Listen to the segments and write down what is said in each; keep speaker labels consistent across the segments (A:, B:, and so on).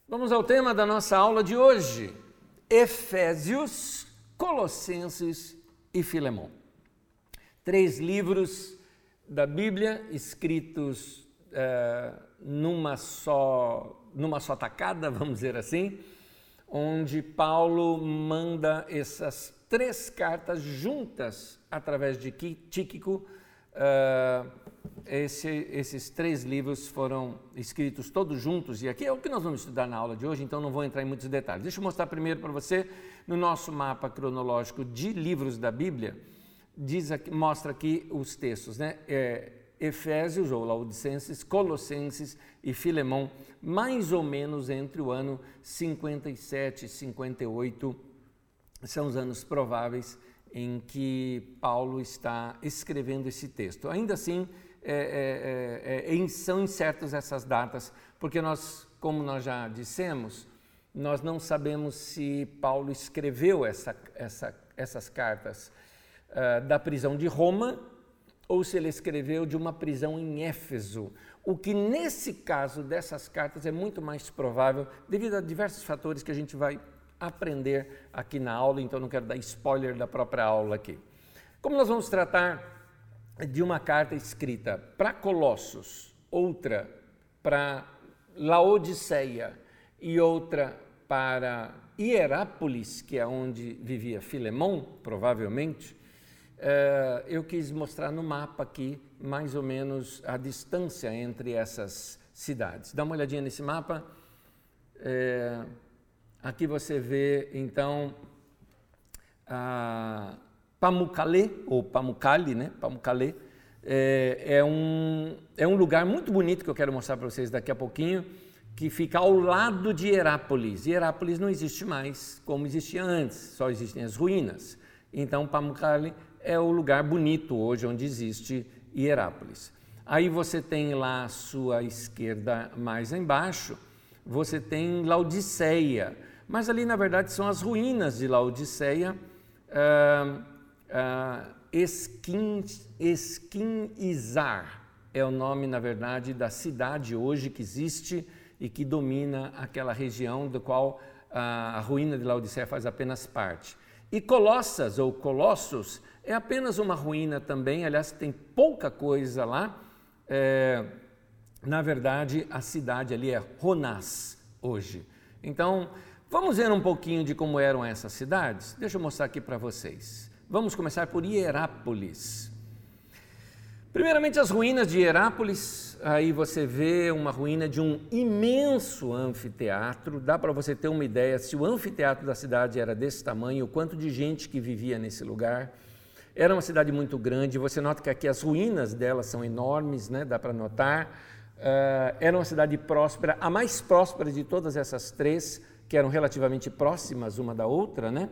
A: Vamos ao tema da nossa aula de hoje: Efésios, Colossenses e Filemão. 3 livros da Bíblia escritos numa só tacada, vamos dizer assim, onde Paulo manda essas 3 cartas juntas através de Tíquico. Esses 3 livros foram escritos todos juntos, e aqui é o que nós vamos estudar na aula de hoje, então não vou entrar em muitos detalhes. Deixa eu mostrar primeiro para você, no nosso mapa cronológico de livros da Bíblia, mostra aqui os textos, né? Efésios ou Laodicenses, Colossenses e Filemão, mais ou menos entre o ano 57 e 58, são os anos prováveis em que Paulo está escrevendo esse texto. Ainda assim, são incertas essas datas, porque como nós já dissemos, nós não sabemos se Paulo escreveu essas cartas da prisão de Roma ou se ele escreveu de uma prisão em Éfeso, o que nesse caso dessas cartas é muito mais provável, devido a diversos fatores que a gente vai aprender aqui na aula, então não quero dar spoiler da própria aula aqui. Como nós vamos tratar de uma carta escrita para Colossos, outra para Laodiceia e outra para Hierápolis, que é onde vivia Filemão, provavelmente, eu quis mostrar no mapa aqui mais ou menos a distância entre essas cidades. Dá uma olhadinha nesse mapa. Aqui você vê, então, Pamukkale, ou Pamukkale, né? Pamukkale, é um lugar muito bonito que eu quero mostrar para vocês daqui a pouquinho, que fica ao lado de Hierápolis. Hierápolis não existe mais como existia antes, só existem as ruínas. Então, Pamukkale é o lugar bonito hoje onde existe Hierápolis. Aí você tem lá à sua esquerda, mais embaixo, você tem Laodiceia, mas ali na verdade são as ruínas de Laodiceia. Esquinizar é o nome, na verdade, da cidade hoje que existe e que domina aquela região do qual a ruína de Laodiceia faz apenas parte. E Colossas, ou Colossos, é apenas uma ruína também, aliás, tem pouca coisa lá. Na verdade, a cidade ali é Ronás, hoje. Então, vamos ver um pouquinho de como eram essas cidades? Deixa eu mostrar aqui para vocês. Vamos começar por Hierápolis. Primeiramente, as ruínas de Hierápolis. Aí você vê uma ruína de um imenso anfiteatro. Dá para você ter uma ideia, se o anfiteatro da cidade era desse tamanho, o quanto de gente que vivia nesse lugar. Era uma cidade muito grande. Você nota que aqui as ruínas dela são enormes, né? Dá para notar. Era uma cidade próspera, a mais próspera de todas essas 3, que eram relativamente próximas uma da outra, né?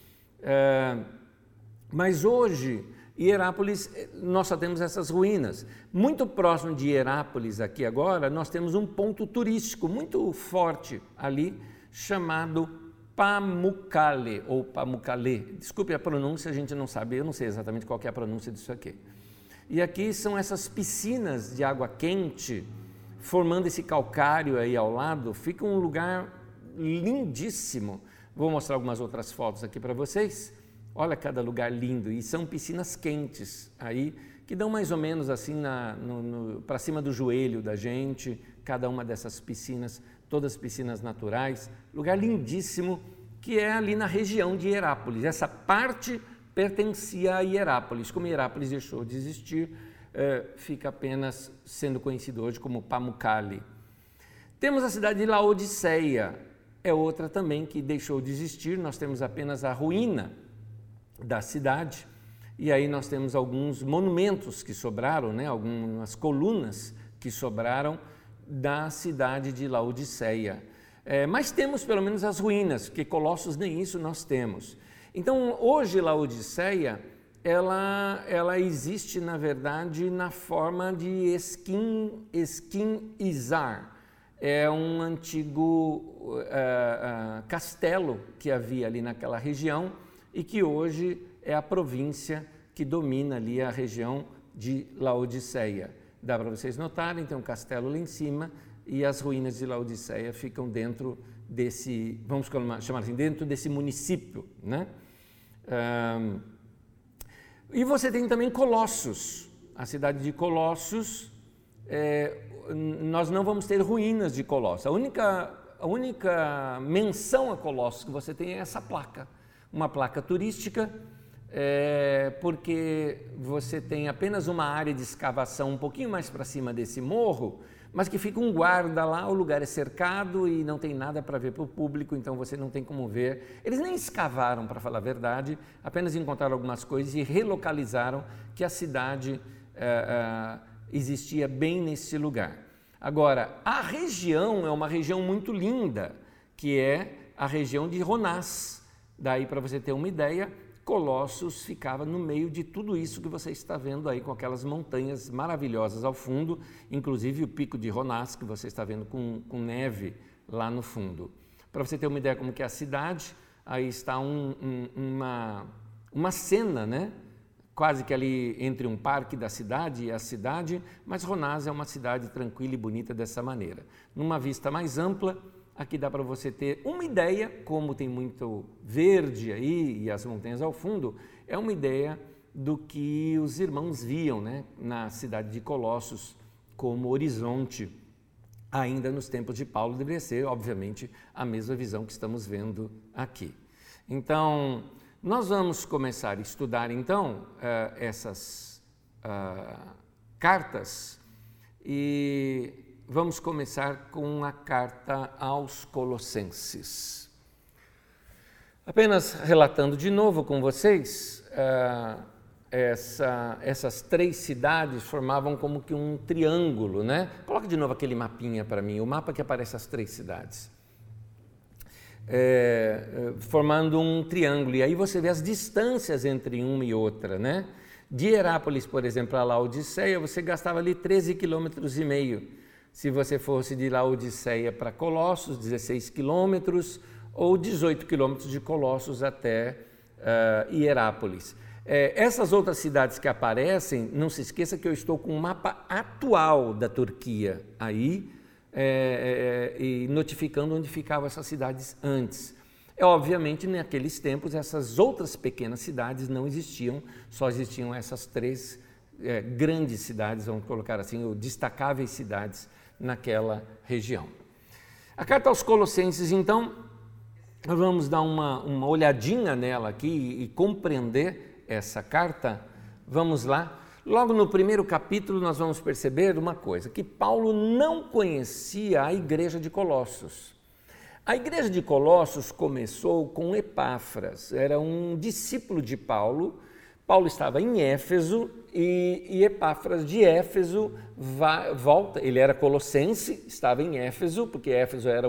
A: Mas hoje, Hierápolis, nós só temos essas ruínas. Muito próximo de Hierápolis, aqui agora, nós temos um ponto turístico muito forte ali, chamado Pamukkale, ou Pamukkale. Desculpe a pronúncia, a gente não sabe, eu não sei exatamente qual que é a pronúncia disso aqui. E aqui são essas piscinas de água quente, formando esse calcário aí ao lado. Fica um lugar lindíssimo. Vou mostrar algumas outras fotos aqui para vocês. Olha cada lugar lindo. E são piscinas quentes aí, que dão mais ou menos assim para cima do joelho da gente, cada uma dessas piscinas, todas piscinas naturais. Lugar lindíssimo, que é ali na região de Hierápolis. Essa parte pertencia a Hierápolis. Como Hierápolis deixou de existir, fica apenas sendo conhecido hoje como Pamukkale. Temos a cidade de Laodiceia, é outra também que deixou de existir. Nós temos apenas a ruína da cidade, e aí nós temos alguns monumentos que sobraram, né? Algumas colunas que sobraram da cidade de Laodiceia. Mas temos pelo menos as ruínas, porque Colossos nem isso nós temos. Então, hoje Laodiceia, ela existe, na verdade, na forma de Esquinizar. É um antigo castelo que havia ali naquela região e que hoje é a província que domina ali a região de Laodiceia. Dá para vocês notarem, tem um castelo lá em cima, e as ruínas de Laodiceia ficam dentro desse, vamos chamar assim, dentro desse município, né? E você tem também Colossos, a cidade de Colossos. Nós não vamos ter ruínas de Colossos. A única menção a Colossos que você tem é essa placa, uma placa turística, porque você tem apenas uma área de escavação um pouquinho mais para cima desse morro, mas que fica um guarda lá, o lugar é cercado e não tem nada para ver para o público, então você não tem como ver. Eles nem escavaram, para falar a verdade, apenas encontraram algumas coisas e relocalizaram que a cidade existia bem nesse lugar. Agora, a região é uma região muito linda, que é a região de Ronás. Daí, para você ter uma ideia, Colossos ficava no meio de tudo isso que você está vendo aí, com aquelas montanhas maravilhosas ao fundo, inclusive o pico de Ronás, que você está vendo com neve lá no fundo. Para você ter uma ideia como que é a cidade, aí está uma cena, né? Quase que ali entre um parque da cidade e a cidade, mas Ronás é uma cidade tranquila e bonita dessa maneira. Numa vista mais ampla, aqui dá para você ter uma ideia, como tem muito verde aí e as montanhas ao fundo, é uma ideia do que os irmãos viam, né, na cidade de Colossos como horizonte. Ainda nos tempos de Paulo deveria ser, obviamente, a mesma visão que estamos vendo aqui. Então, nós vamos começar a estudar, então, essas cartas e vamos começar com a carta aos Colossenses. Apenas relatando de novo com vocês, essas três cidades formavam como que um triângulo, né? Coloca de novo aquele mapinha para mim, o mapa que aparece as três cidades. Formando um triângulo, e aí você vê as distâncias entre uma e outra, né? De Herápolis, por exemplo, a Laodiceia, você gastava ali 13,5 km. Se você fosse de Laodiceia para Colossos, 16 quilômetros, ou 18 quilômetros de Colossos até Hierápolis. Essas outras cidades que aparecem, não se esqueça que eu estou com o mapa atual da Turquia aí, e notificando onde ficavam essas cidades antes. Obviamente, naqueles tempos, essas outras pequenas cidades não existiam, só existiam essas três grandes cidades, vamos colocar assim, ou destacáveis cidades naquela região. A carta aos Colossenses, então, vamos dar uma olhadinha nela aqui e compreender essa carta. Vamos lá. Logo no primeiro capítulo nós vamos perceber uma coisa, que Paulo não conhecia a igreja de Colossos. A igreja de Colossos começou com Epáfras, era um discípulo de Paulo. Paulo estava em Éfeso e Epáfras de Éfeso volta, ele era colossense, estava em Éfeso, porque Éfeso era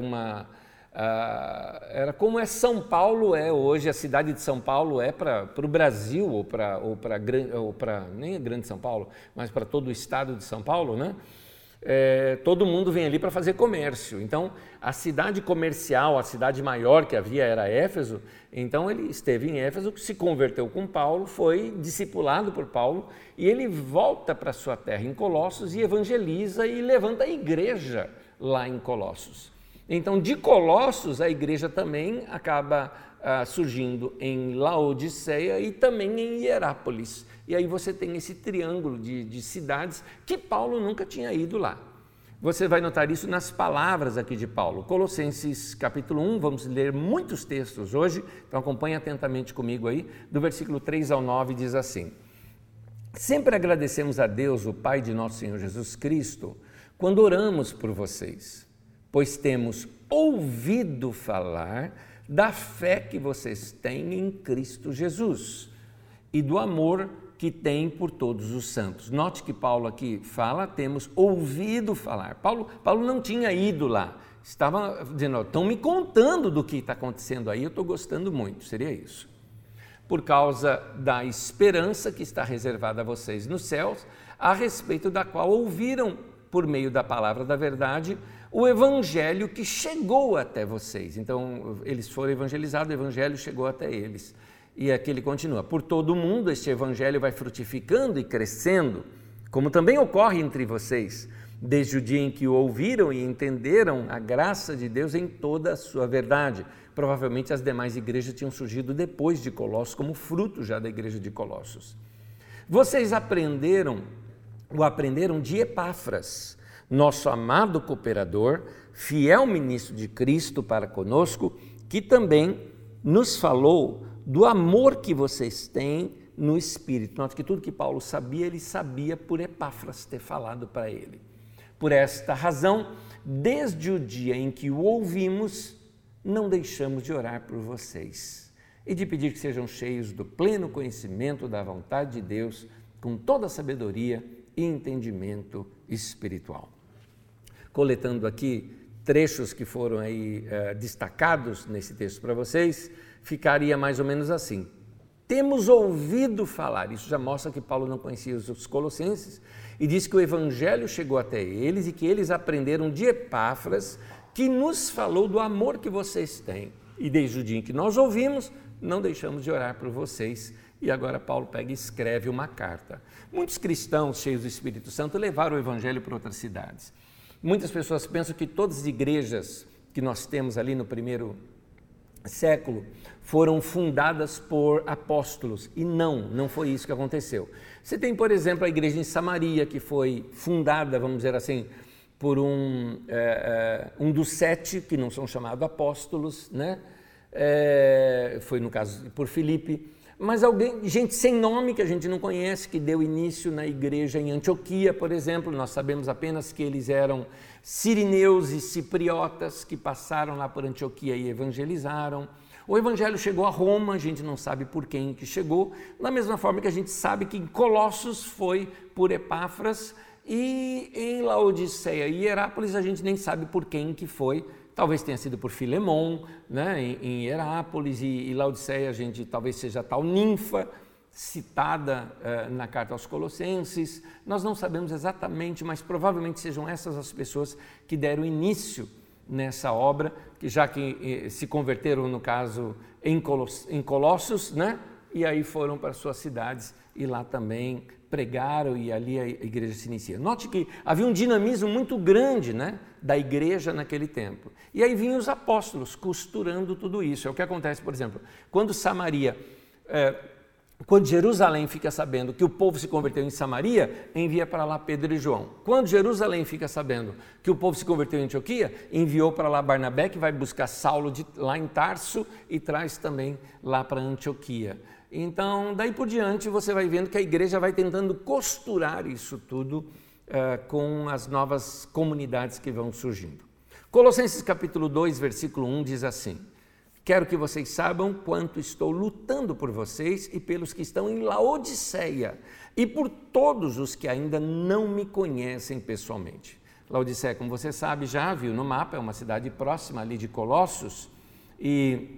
A: era como é São Paulo é hoje, a cidade de São Paulo é para o Brasil, ou para nem a grande São Paulo, mas para todo o estado de São Paulo, né? Todo mundo vem ali para fazer comércio. Então, a cidade comercial, a cidade maior que havia era Éfeso. Então, ele esteve em Éfeso, se converteu com Paulo, foi discipulado por Paulo, e ele volta para sua terra em Colossos e evangeliza e levanta a igreja lá em Colossos. Então, de Colossos, a igreja também acaba surgindo em Laodiceia e também em Hierápolis. E aí você tem esse triângulo de cidades que Paulo nunca tinha ido lá. Você vai notar isso nas palavras aqui de Paulo. Colossenses capítulo 1, vamos ler muitos textos hoje, então acompanhe atentamente comigo aí, do versículo 3 ao 9 diz assim: Sempre agradecemos a Deus, o Pai de nosso Senhor Jesus Cristo, quando oramos por vocês, pois temos ouvido falar da fé que vocês têm em Cristo Jesus e do amor que tem por todos os santos. Note que Paulo aqui fala, temos ouvido falar. Paulo não tinha ido lá, estava dizendo, estão me contando do que está acontecendo aí, eu estou gostando muito, seria isso. Por causa da esperança que está reservada a vocês nos céus, a respeito da qual ouviram, por meio da palavra da verdade, o evangelho que chegou até vocês. Então, eles foram evangelizados, o evangelho chegou até eles. E aqui ele continua, por todo o mundo este evangelho vai frutificando e crescendo, como também ocorre entre vocês, desde o dia em que o ouviram e entenderam a graça de Deus em toda a sua verdade. Provavelmente as demais igrejas tinham surgido depois de Colossos, como fruto já da igreja de Colossos. Vocês aprenderam de Epáfras, nosso amado cooperador, fiel ministro de Cristo para conosco, que também nos falou do amor que vocês têm no Espírito. Note que tudo que Paulo sabia, ele sabia por Epáfras ter falado para ele. Por esta razão, desde o dia em que o ouvimos, não deixamos de orar por vocês e de pedir que sejam cheios do pleno conhecimento da vontade de Deus, com toda a sabedoria e entendimento espiritual. Coletando aqui trechos que foram aí destacados nesse texto para vocês, ficaria mais ou menos assim. Temos ouvido falar, isso já mostra que Paulo não conhecia os colossenses, e diz que o evangelho chegou até eles e que eles aprenderam de Epáfras, que nos falou do amor que vocês têm. E desde o dia em que nós ouvimos, não deixamos de orar por vocês. E agora Paulo pega e escreve uma carta. Muitos cristãos cheios do Espírito Santo levaram o evangelho para outras cidades. Muitas pessoas pensam que todas as igrejas que nós temos ali no primeiro século foram fundadas por apóstolos, e não foi isso que aconteceu. Você tem, por exemplo, a igreja em Samaria, que foi fundada, vamos dizer assim, por um dos 7 que não são chamados apóstolos, né? Foi no caso por Filipe, mas gente sem nome que a gente não conhece, que deu início na igreja em Antioquia, por exemplo. Nós sabemos apenas que eles eram sirineus e cipriotas que passaram lá por Antioquia e evangelizaram. O evangelho chegou a Roma, a gente não sabe por quem que chegou, da mesma forma que a gente sabe que em Colossos foi por Epáfras, e em Laodiceia e Hierápolis a gente nem sabe por quem que foi. Talvez tenha sido por Filemon, né, em Hierápolis, e Laodiceia a gente talvez seja a tal ninfa citada na carta aos Colossenses. Nós não sabemos exatamente, mas provavelmente sejam essas as pessoas que deram início nessa obra, que já que se converteram, no caso, em Colossos, né, e aí foram para suas cidades e lá também pregaram, e ali a igreja se inicia. Note que havia um dinamismo muito grande, né, da igreja naquele tempo. E aí vinham os apóstolos costurando tudo isso. É o que acontece, por exemplo, quando Jerusalém fica sabendo que o povo se converteu em Samaria, envia para lá Pedro e João. Quando Jerusalém fica sabendo que o povo se converteu em Antioquia, enviou para lá Barnabé, que vai buscar Saulo lá em Tarso e traz também lá para Antioquia. Então, daí por diante, você vai vendo que a igreja vai tentando costurar isso tudo com as novas comunidades que vão surgindo. Colossenses capítulo 2, versículo 1 diz assim: quero que vocês saibam quanto estou lutando por vocês e pelos que estão em Laodiceia e por todos os que ainda não me conhecem pessoalmente. Laodiceia, como você sabe, já viu no mapa, é uma cidade próxima ali de Colossos, e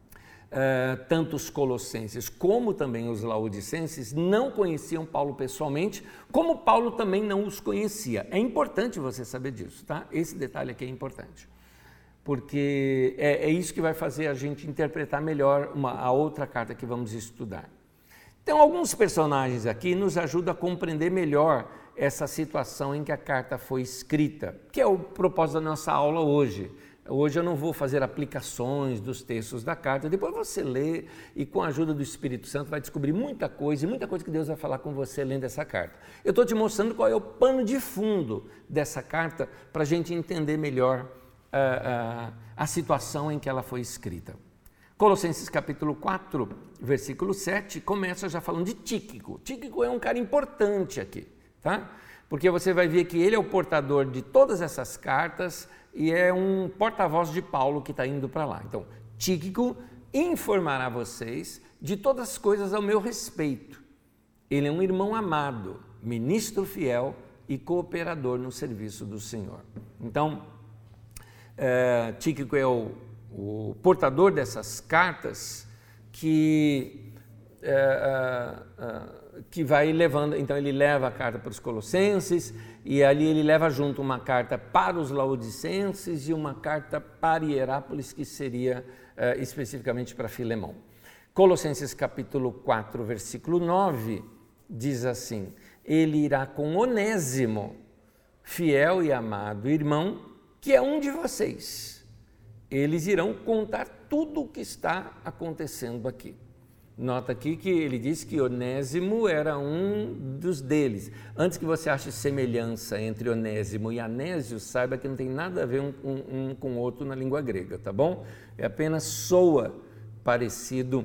A: tanto os colossenses como também os laodicenses não conheciam Paulo pessoalmente, como Paulo também não os conhecia. É importante você saber disso, tá? Esse detalhe aqui é importante, porque é isso que vai fazer a gente interpretar melhor a outra carta que vamos estudar. Então, alguns personagens aqui nos ajudam a compreender melhor essa situação em que a carta foi escrita, que é o propósito da nossa aula hoje. Hoje eu não vou fazer aplicações dos textos da carta, depois você lê e com a ajuda do Espírito Santo vai descobrir muita coisa, e muita coisa que Deus vai falar com você lendo essa carta. Eu estou te mostrando qual é o pano de fundo dessa carta para a gente entender melhor a situação em que ela foi escrita. Colossenses capítulo 4, versículo 7, começa já falando de Tíquico. Tíquico é um cara importante aqui, tá? Porque você vai ver que ele é o portador de todas essas cartas e é um porta-voz de Paulo que está indo para lá. Então, Tíquico informará vocês de todas as coisas ao meu respeito. Ele é um irmão amado, ministro fiel e cooperador no serviço do Senhor. Então, Tíquico é o portador dessas cartas que vai levando. Então ele leva a carta para os Colossenses e ali ele leva junto uma carta para os Laodicenses e uma carta para Hierápolis, que seria especificamente para Filemon. Colossenses capítulo 4, versículo 9 diz assim: ele irá com Onésimo, fiel e amado irmão, que é um de vocês. Eles irão contar tudo o que está acontecendo aqui. Nota aqui que ele diz que Onésimo era um dos deles. Antes que você ache semelhança entre Onésimo e Anésio, saiba que não tem nada a ver um com o outro na língua grega, tá bom? É apenas soa parecido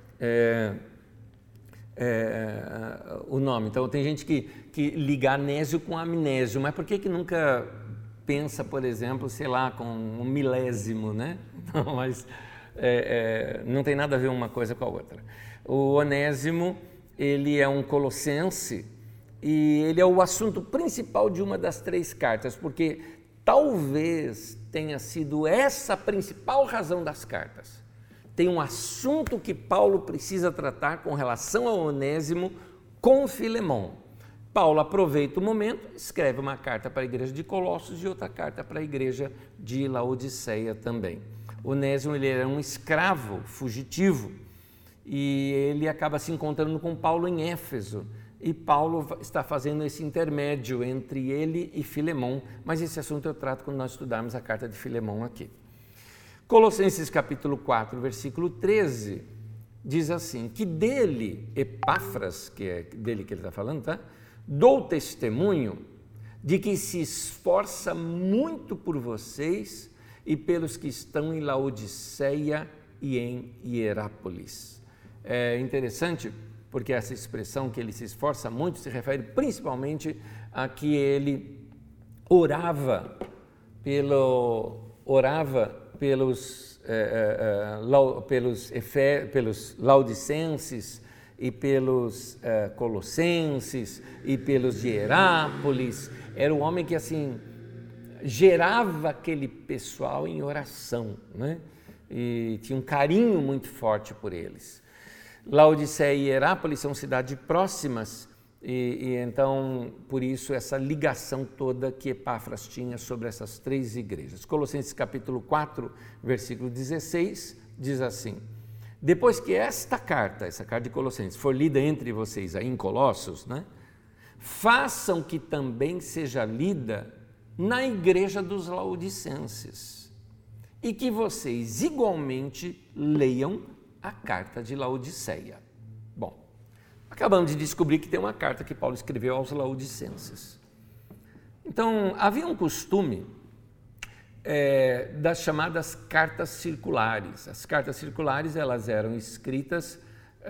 A: o nome. Então tem gente que liga Anésio com amnésio, mas por que nunca pensa, por exemplo, sei lá, com um milésimo, né? Não, mas não tem nada a ver uma coisa com a outra. O Onésimo, ele é um colossense e ele é o assunto principal de uma das 3 cartas, porque talvez tenha sido essa a principal razão das cartas. Tem um assunto que Paulo precisa tratar com relação ao Onésimo com Filemon. Paulo aproveita o momento, escreve uma carta para a igreja de Colossos e outra carta para a igreja de Laodiceia também. Onésimo, ele era um escravo fugitivo e ele acaba se encontrando com Paulo em Éfeso. E Paulo está fazendo esse intermédio entre ele e Filemon, mas esse assunto eu trato quando nós estudarmos a carta de Filemon aqui. Colossenses capítulo 4, versículo 13, diz assim, que dele, Epáfras, que é dele que ele está falando, tá? Dou testemunho de que se esforça muito por vocês e pelos que estão em Laodiceia e em Hierápolis. É interessante porque essa expressão que ele se esforça muito se refere principalmente a que ele orava pelos laudicenses e pelos colossenses e pelos de Hierápolis. Era um homem que assim gerava aquele pessoal em oração, né? E tinha um carinho muito forte por eles. Laodiceia e Hierápolis são cidades próximas e então, por isso, essa ligação toda que Epáfras tinha sobre essas 3 igrejas. Colossenses capítulo 4, versículo 16, diz assim, depois que essa carta de Colossenses, for lida entre vocês aí em Colossos, né, façam que também seja lida na igreja dos laodicenses e que vocês igualmente leiam a carta de Laodiceia. Bom, acabamos de descobrir que tem uma carta que Paulo escreveu aos laodicenses. Então, havia um costume das chamadas cartas circulares. As cartas circulares, elas eram escritas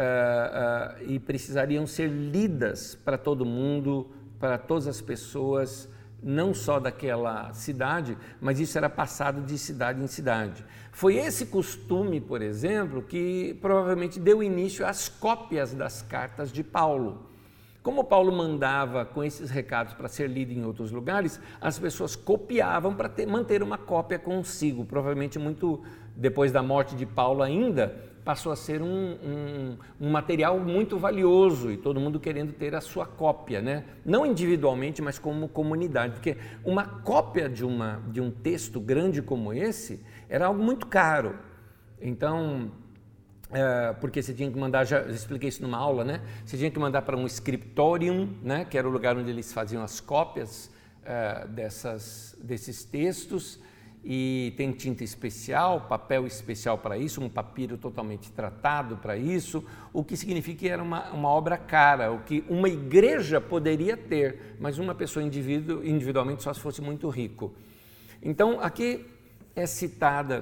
A: e precisariam ser lidas para todo mundo, para todas as pessoas, não só daquela cidade, mas isso era passado de cidade em cidade. Foi esse costume, por exemplo, que provavelmente deu início às cópias das cartas de Paulo. Como Paulo mandava com esses recados para ser lido em outros lugares, as pessoas copiavam para manter uma cópia consigo. Provavelmente muito depois da morte de Paulo ainda, passou a ser um material muito valioso e todo mundo querendo ter a sua cópia, né? Não individualmente, mas como comunidade, porque uma cópia de um texto grande como esse era algo muito caro. Então, porque você tinha que mandar, já expliquei isso numa aula, né? Você tinha que mandar para um scriptorium, né? Que era o lugar onde eles faziam as cópias desses textos, e tem tinta especial, papel especial para isso, um papiro totalmente tratado para isso, o que significa que era uma obra cara, o que uma igreja poderia ter, mas uma pessoa individualmente só se fosse muito rico. Então, aqui é citada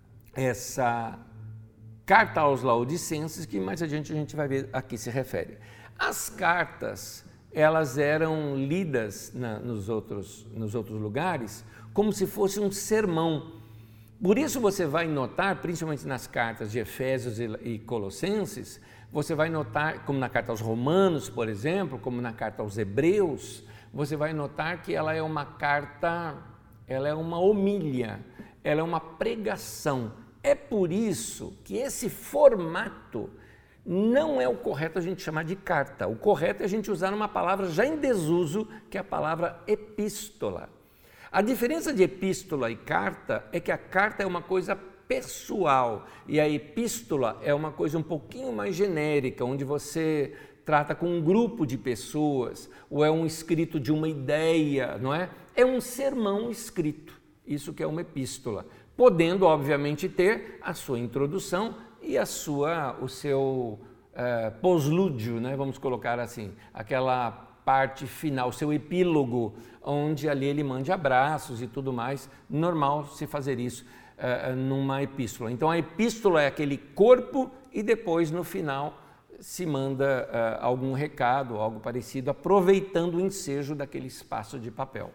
A: essa carta aos laodicenses, que mais adiante a gente vai ver a que se refere. As cartas, elas eram lidas nos outros lugares como se fosse um sermão. Por isso você vai notar, principalmente nas cartas de Efésios e Colossenses, você vai notar, como na carta aos Romanos, por exemplo, como na carta aos Hebreus, você vai notar que ela é uma carta, ela é uma homília, ela é uma pregação. É por isso que esse formato não é o correto a gente chamar de carta. O correto é a gente usar uma palavra já em desuso, que é a palavra epístola. A diferença de epístola e carta é que a carta é uma coisa pessoal e a epístola é uma coisa um pouquinho mais genérica, onde você trata com um grupo de pessoas, ou é um escrito de uma ideia, não é? é um sermão escrito, isso que é uma epístola, podendo, obviamente, ter a sua introdução e o seu poslúdio, né? Vamos colocar assim, aquela parte final, seu epílogo, onde ali ele mande abraços e tudo mais, normal se fazer isso numa epístola. Então a epístola é aquele corpo e depois no final se manda algum recado, algo parecido, aproveitando o ensejo daquele espaço de papel.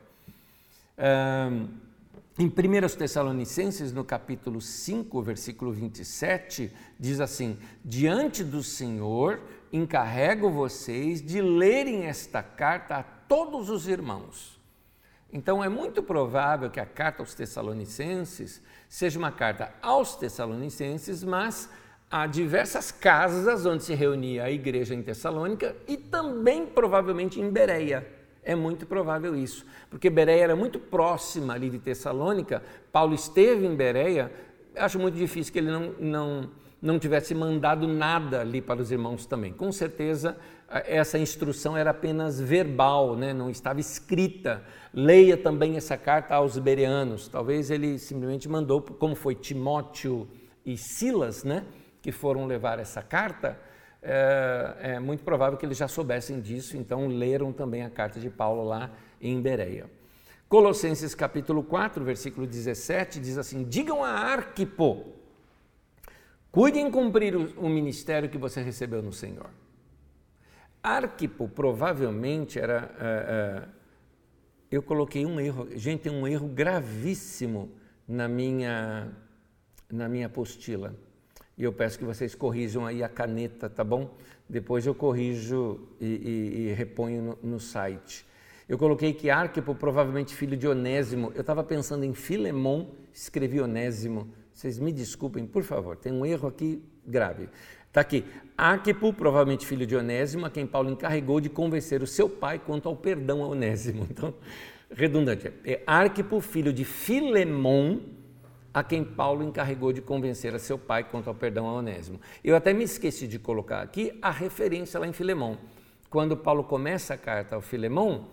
A: Em 1 Tessalonicenses, no capítulo 5, versículo 27, diz assim: diante do Senhor encarrego vocês de lerem esta carta a todos os irmãos. Então é muito provável que a carta aos Tessalonicenses seja uma carta aos Tessalonicenses, mas há diversas casas onde se reunia a igreja em Tessalônica e também provavelmente em Bereia. É muito provável isso, porque Bereia era muito próxima ali de Tessalônica. Paulo esteve em Bereia. Acho muito difícil que ele não tivesse mandado nada ali para os irmãos também. Com certeza essa instrução era apenas verbal, né? Não estava escrita. Leia também essa carta aos bereanos. Talvez ele simplesmente mandou, como foi Timóteo e Silas, né? Que foram levar essa carta. É muito provável que eles já soubessem disso, então leram também a carta de Paulo lá em Bereia. Colossenses capítulo 4, versículo 17, diz assim: digam a Arquipo, cuide em cumprir o ministério que você recebeu no Senhor. Arquipo provavelmente era... eu coloquei um erro, gente, tem um erro gravíssimo na minha apostila. E eu peço que vocês corrijam aí a caneta, tá bom? Depois eu corrijo e reponho no site. Eu coloquei que Arquipo, provavelmente filho de Onésimo. Eu estava pensando em Filemon, escrevi Onésimo. Vocês me desculpem, por favor, tem um erro aqui grave. Está aqui, Arquipo, provavelmente filho de Onésimo, a quem Paulo encarregou de convencer o seu pai quanto ao perdão a Onésimo. Então, redundante. É Arquipo, filho de Filemon, a quem Paulo encarregou de convencer a seu pai quanto ao perdão a Onésimo. Eu até me esqueci de colocar aqui a referência lá em Filemon. Quando Paulo começa a carta ao Filemon,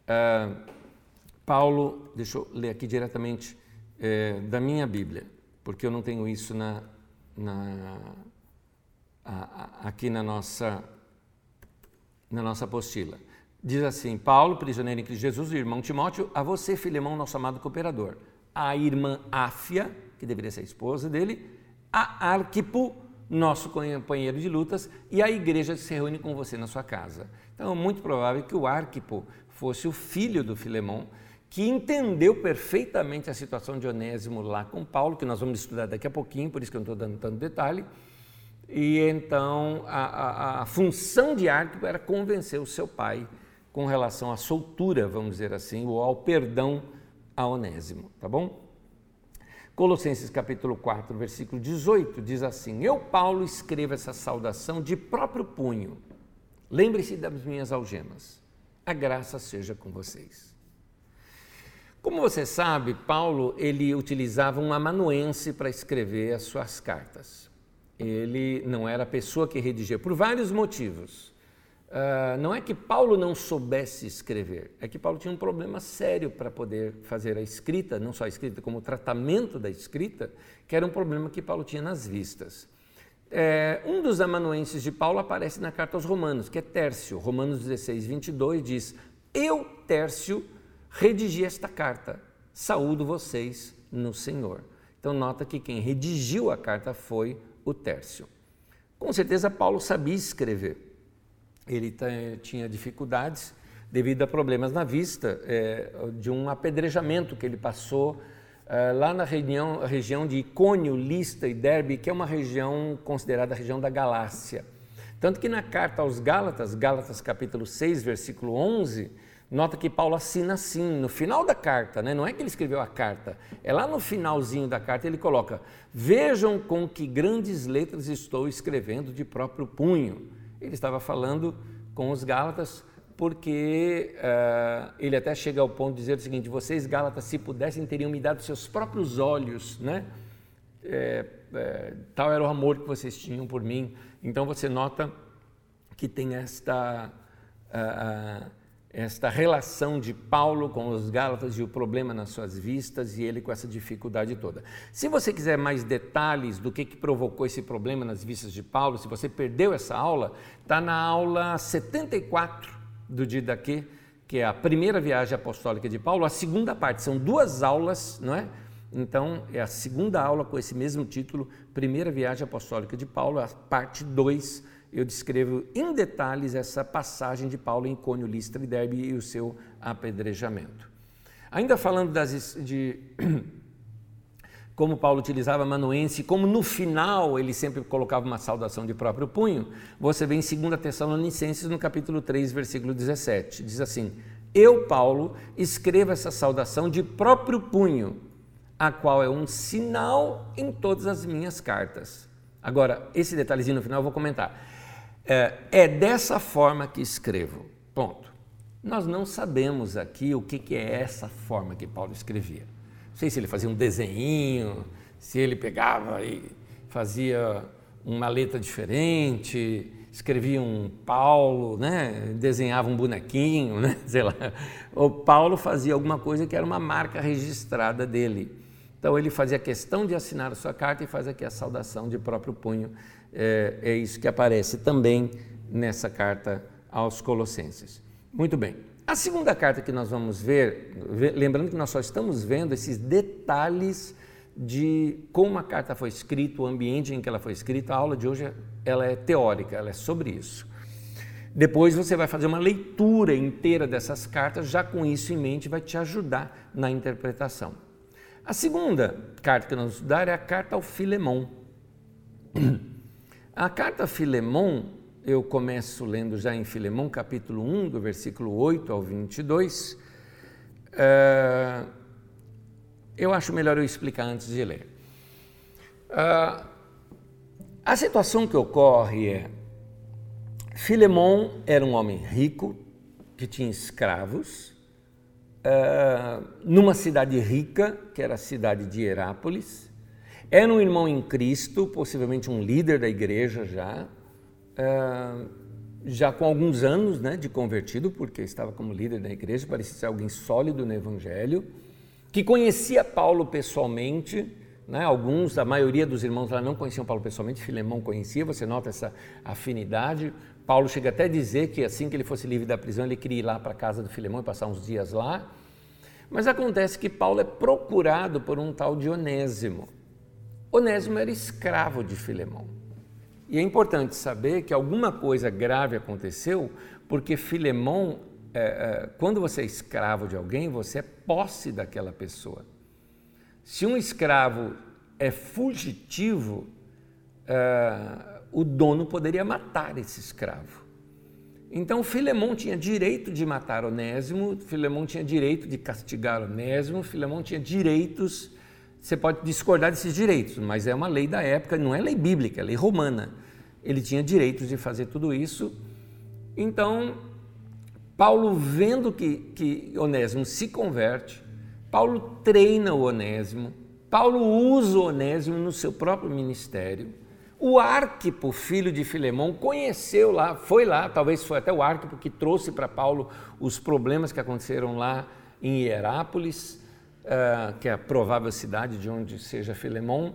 A: Paulo, deixa eu ler aqui diretamente da minha Bíblia, porque eu não tenho isso aqui na nossa apostila. Diz assim: Paulo, prisioneiro em Cristo Jesus, e irmão Timóteo, a você, Filemon, nosso amado cooperador, a irmã Áfia, que deveria ser a esposa dele, a Arquipo, nosso companheiro de lutas, e a igreja que se reúne com você na sua casa. Então é muito provável que o Arquipo fosse o filho do Filemon, que entendeu perfeitamente a situação de Onésimo lá com Paulo, que nós vamos estudar daqui a pouquinho, por isso que eu não estou dando tanto detalhe. E então a função de Arquipo era convencer o seu pai com relação à soltura, vamos dizer assim, ou ao perdão a Onésimo, tá bom? Colossenses capítulo 4, versículo 18, diz assim: eu, Paulo, escrevo essa saudação de próprio punho. Lembre-se das minhas algemas. A graça seja com vocês. Como você sabe, Paulo, ele utilizava um amanuense para escrever as suas cartas. Ele não era a pessoa que redigia, por vários motivos. Não é que Paulo não soubesse escrever, é que Paulo tinha um problema sério para poder fazer a escrita, não só a escrita, como o tratamento da escrita, que era um problema que Paulo tinha nas vistas. Um dos amanuenses de Paulo aparece na carta aos Romanos, que é Tércio. Romanos 16, 22 diz: eu, Tércio, redigi esta carta, saúdo vocês no Senhor. Então nota que quem redigiu a carta foi o Tércio. Com certeza Paulo sabia escrever. Ele tinha dificuldades devido a problemas na vista, de um apedrejamento que ele passou lá na região de Icônio, Lista e Derbe, que é uma região considerada a região da Galácia. Tanto que na carta aos Gálatas, Gálatas capítulo 6, versículo 11, nota que Paulo assina assim, no final da carta, né? Não é que ele escreveu a carta, é lá no finalzinho da carta ele coloca: vejam com que grandes letras estou escrevendo de próprio punho. Ele estava falando com os Gálatas porque ele até chega ao ponto de dizer o seguinte: vocês, Gálatas, se pudessem, teriam me dado seus próprios olhos, né? Tal era o amor que vocês tinham por mim. Então você nota que tem esta relação de Paulo com os Gálatas e o problema nas suas vistas e ele com essa dificuldade toda. Se você quiser mais detalhes do que provocou esse problema nas vistas de Paulo, se você perdeu essa aula, está na aula 74 do Didaquê, que é a primeira viagem apostólica de Paulo, a segunda parte, são 2 aulas, não é? Então, é a segunda aula com esse mesmo título, Primeira Viagem Apostólica de Paulo, a parte 2, eu descrevo em detalhes essa passagem de Paulo em Icônio, Listra e Derbe e o seu apedrejamento. Ainda falando de como Paulo utilizava amanuense, como no final ele sempre colocava uma saudação de próprio punho, você vê em 2 Tessalonicenses, no capítulo 3, versículo 17, diz assim: eu, Paulo, escrevo essa saudação de próprio punho, a qual é um sinal em todas as minhas cartas. Agora, esse detalhezinho no final eu vou comentar. É dessa forma que escrevo. Ponto. Nós não sabemos aqui o que é essa forma que Paulo escrevia. Não sei se ele fazia um desenhinho, se ele pegava e fazia uma letra diferente, escrevia um Paulo, né? Desenhava um bonequinho, né? Sei lá. O Paulo fazia alguma coisa que era uma marca registrada dele. Então ele fazia questão de assinar a sua carta e faz aqui a saudação de próprio punho. É isso que aparece também nessa carta aos Colossenses. Muito bem. A segunda carta que nós vamos ver, lembrando que nós só estamos vendo esses detalhes de como a carta foi escrita, o ambiente em que ela foi escrita. A aula de hoje ela é teórica, ela é sobre isso. Depois você vai fazer uma leitura inteira dessas cartas, já com isso em mente, vai te ajudar na interpretação. A segunda carta que nós vamos estudar é a carta ao Filemon. A carta a Filemon, eu começo lendo já em Filemon, capítulo 1, do versículo 8 ao 22. Eu acho melhor eu explicar antes de ler. A situação que ocorre é: Filemon era um homem rico, que tinha escravos, numa cidade rica, que era a cidade de Hierápolis. Era um irmão em Cristo, possivelmente um líder da igreja já com alguns anos, né, de convertido, porque estava como líder da igreja, parecia ser alguém sólido no evangelho, que conhecia Paulo pessoalmente, né? A maioria dos irmãos lá não conheciam Paulo pessoalmente, Filemon conhecia, você nota essa afinidade. Paulo chega até a dizer que assim que ele fosse livre da prisão, ele queria ir lá para a casa do Filemon e passar uns dias lá. Mas acontece que Paulo é procurado por um tal de Onésimo. Onésimo era escravo de Filemon. E é importante saber que alguma coisa grave aconteceu, porque Filemon, quando você é escravo de alguém, você é posse daquela pessoa. Se um escravo é fugitivo, o dono poderia matar esse escravo. Então Filemon tinha direito de matar Onésimo, Filemon tinha direito de castigar Onésimo, Filemon tinha direitos. Você pode discordar desses direitos, mas é uma lei da época, não é lei bíblica, é lei romana. Ele tinha direitos de fazer tudo isso. Então, Paulo, vendo que Onésimo se converte, Paulo treina o Onésimo, Paulo usa o Onésimo no seu próprio ministério. O Arquipo, filho de Filemon, conheceu lá, foi lá, talvez foi até o Arquipo que trouxe para Paulo os problemas que aconteceram lá em Hierápolis, que é a provável cidade de onde seja Filemon,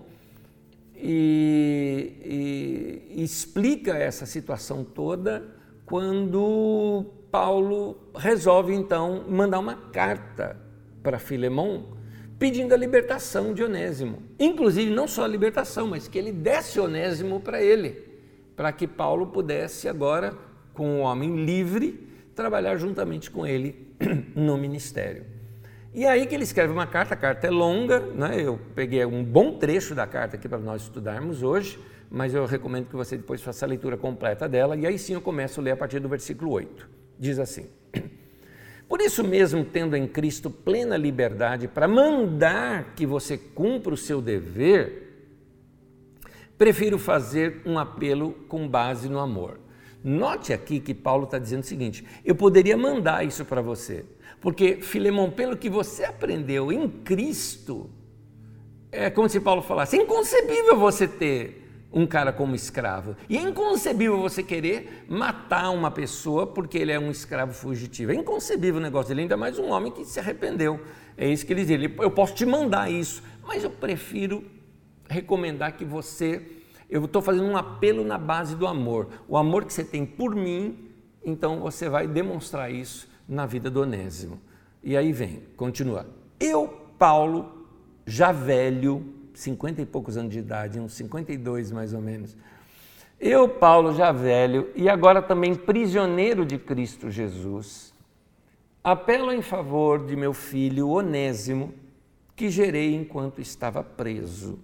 A: e explica essa situação toda quando Paulo resolve então mandar uma carta para Filemon pedindo a libertação de Onésimo. Inclusive, não só a libertação, mas que ele desse Onésimo para ele, para que Paulo pudesse agora, com um homem livre, trabalhar juntamente com ele no ministério. E aí que ele escreve uma carta, a carta é longa, né? Eu peguei um bom trecho da carta aqui para nós estudarmos hoje, mas eu recomendo que você depois faça a leitura completa dela, e aí sim eu começo a ler a partir do versículo 8. Diz assim: por isso mesmo, tendo em Cristo plena liberdade para mandar que você cumpra o seu dever, prefiro fazer um apelo com base no amor. Note aqui que Paulo está dizendo o seguinte: eu poderia mandar isso para você, porque, Filemon, pelo que você aprendeu em Cristo, é como se Paulo falasse, é inconcebível você ter um cara como escravo. E é inconcebível você querer matar uma pessoa porque ele é um escravo fugitivo. É inconcebível o negócio dele, ainda mais um homem que se arrependeu. É isso que ele diz. Eu posso te mandar isso, mas eu prefiro recomendar que você... Eu estou fazendo um apelo na base do amor. O amor que você tem por mim, então você vai demonstrar isso na vida do Onésimo. E aí vem, continua. Eu, Paulo, já velho, 50 e poucos anos de idade, uns 52 mais ou menos. Eu, Paulo, já velho e agora também prisioneiro de Cristo Jesus, apelo em favor de meu filho Onésimo, que gerei enquanto estava preso.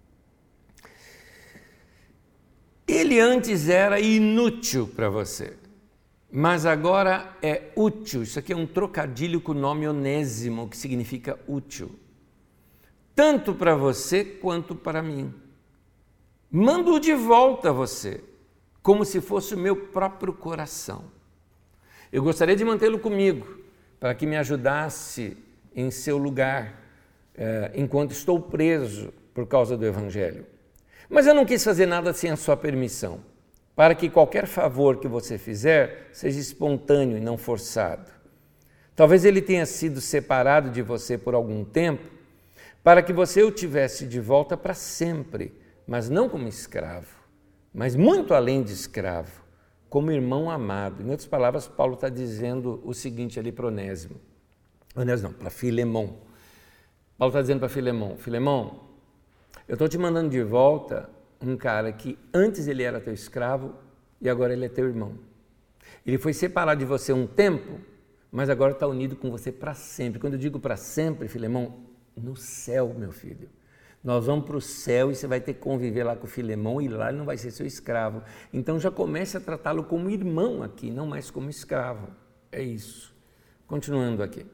A: Ele antes era inútil para você, mas agora é útil. Isso aqui é um trocadilho com o nome Onésimo, que significa útil. Tanto para você quanto para mim. Mando-o de volta a você, como se fosse o meu próprio coração. Eu gostaria de mantê-lo comigo, para que me ajudasse em seu lugar, enquanto estou preso por causa do Evangelho. Mas eu não quis fazer nada sem a sua permissão, para que qualquer favor que você fizer seja espontâneo e não forçado. Talvez ele tenha sido separado de você por algum tempo, para que você o tivesse de volta para sempre, mas não como escravo, mas muito além de escravo, como irmão amado. Em outras palavras, Paulo está dizendo o seguinte ali para Onésimo. Onésimo não, para Filemão. Paulo está dizendo para Filemão, Filemão, eu estou te mandando de volta um cara que antes ele era teu escravo e agora ele é teu irmão. Ele foi separado de você um tempo, mas agora está unido com você para sempre. Quando eu digo para sempre, Filemão, no céu, meu filho. Nós vamos para o céu e você vai ter que conviver lá com o Filemão e lá ele não vai ser seu escravo. Então já comece a tratá-lo como irmão aqui, não mais como escravo. É isso. Continuando aqui.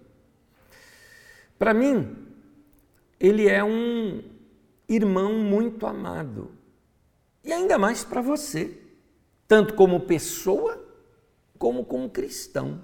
A: Para mim, ele é um irmão muito amado. E ainda mais para você, tanto como pessoa, como cristão.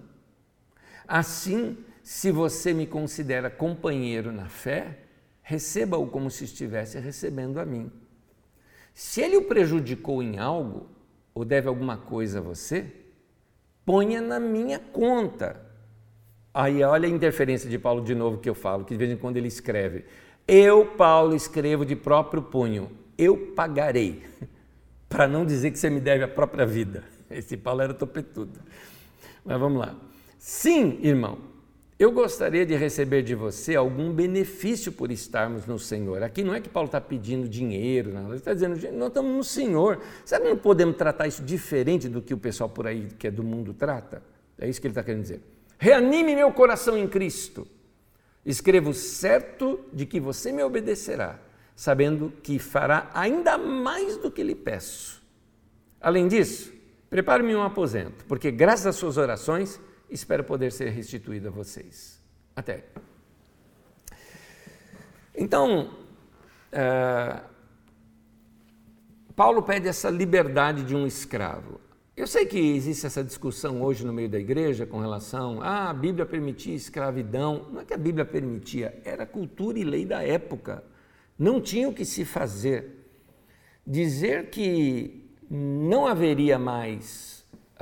A: Assim, se você me considera companheiro na fé, receba-o como se estivesse recebendo a mim. Se ele o prejudicou em algo, ou deve alguma coisa a você, ponha na minha conta. Aí olha a interferência de Paulo de novo que eu falo, que de vez em quando ele escreve. Eu, Paulo, escrevo de próprio punho, eu pagarei, para não dizer que você me deve a própria vida. Esse Paulo era topetudo. Mas vamos lá. Sim, irmão, eu gostaria de receber de você algum benefício por estarmos no Senhor. Aqui não é que Paulo está pedindo dinheiro, não. Ele está dizendo, nós estamos no Senhor. Será que não podemos tratar isso diferente do que o pessoal por aí que é do mundo trata? É isso que ele está querendo dizer. Reanime meu coração em Cristo. Escrevo certo de que você me obedecerá, sabendo que fará ainda mais do que lhe peço. Além disso, prepare-me um aposento, porque graças às suas orações, espero poder ser restituído a vocês. Até. Então, Paulo pede essa liberdade de um escravo. Eu sei que existe essa discussão hoje no meio da igreja com relação a Bíblia permitia escravidão. Não é que a Bíblia permitia, era cultura e lei da época. Não tinha o que se fazer. Dizer que não haveria mais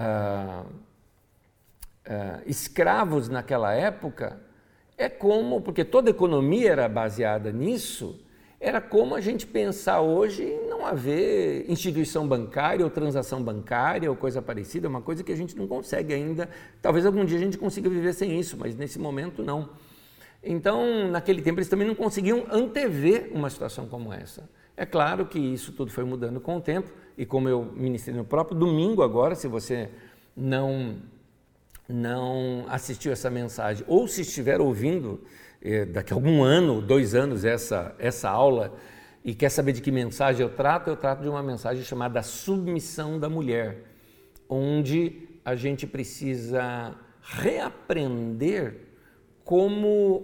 A: escravos naquela época é como, porque toda a economia era baseada nisso, era como a gente pensar hoje em não haver instituição bancária ou transação bancária ou coisa parecida, uma coisa que a gente não consegue ainda. Talvez algum dia a gente consiga viver sem isso, mas nesse momento não. Então, naquele tempo, eles também não conseguiam antever uma situação como essa. É claro que isso tudo foi mudando com o tempo, e como eu ministrei no próprio domingo agora, se você não assistiu essa mensagem, ou se estiver ouvindo daqui a algum ano, 2 anos, essa aula, e quer saber de que mensagem eu trato de uma mensagem chamada Submissão da Mulher, onde a gente precisa reaprender como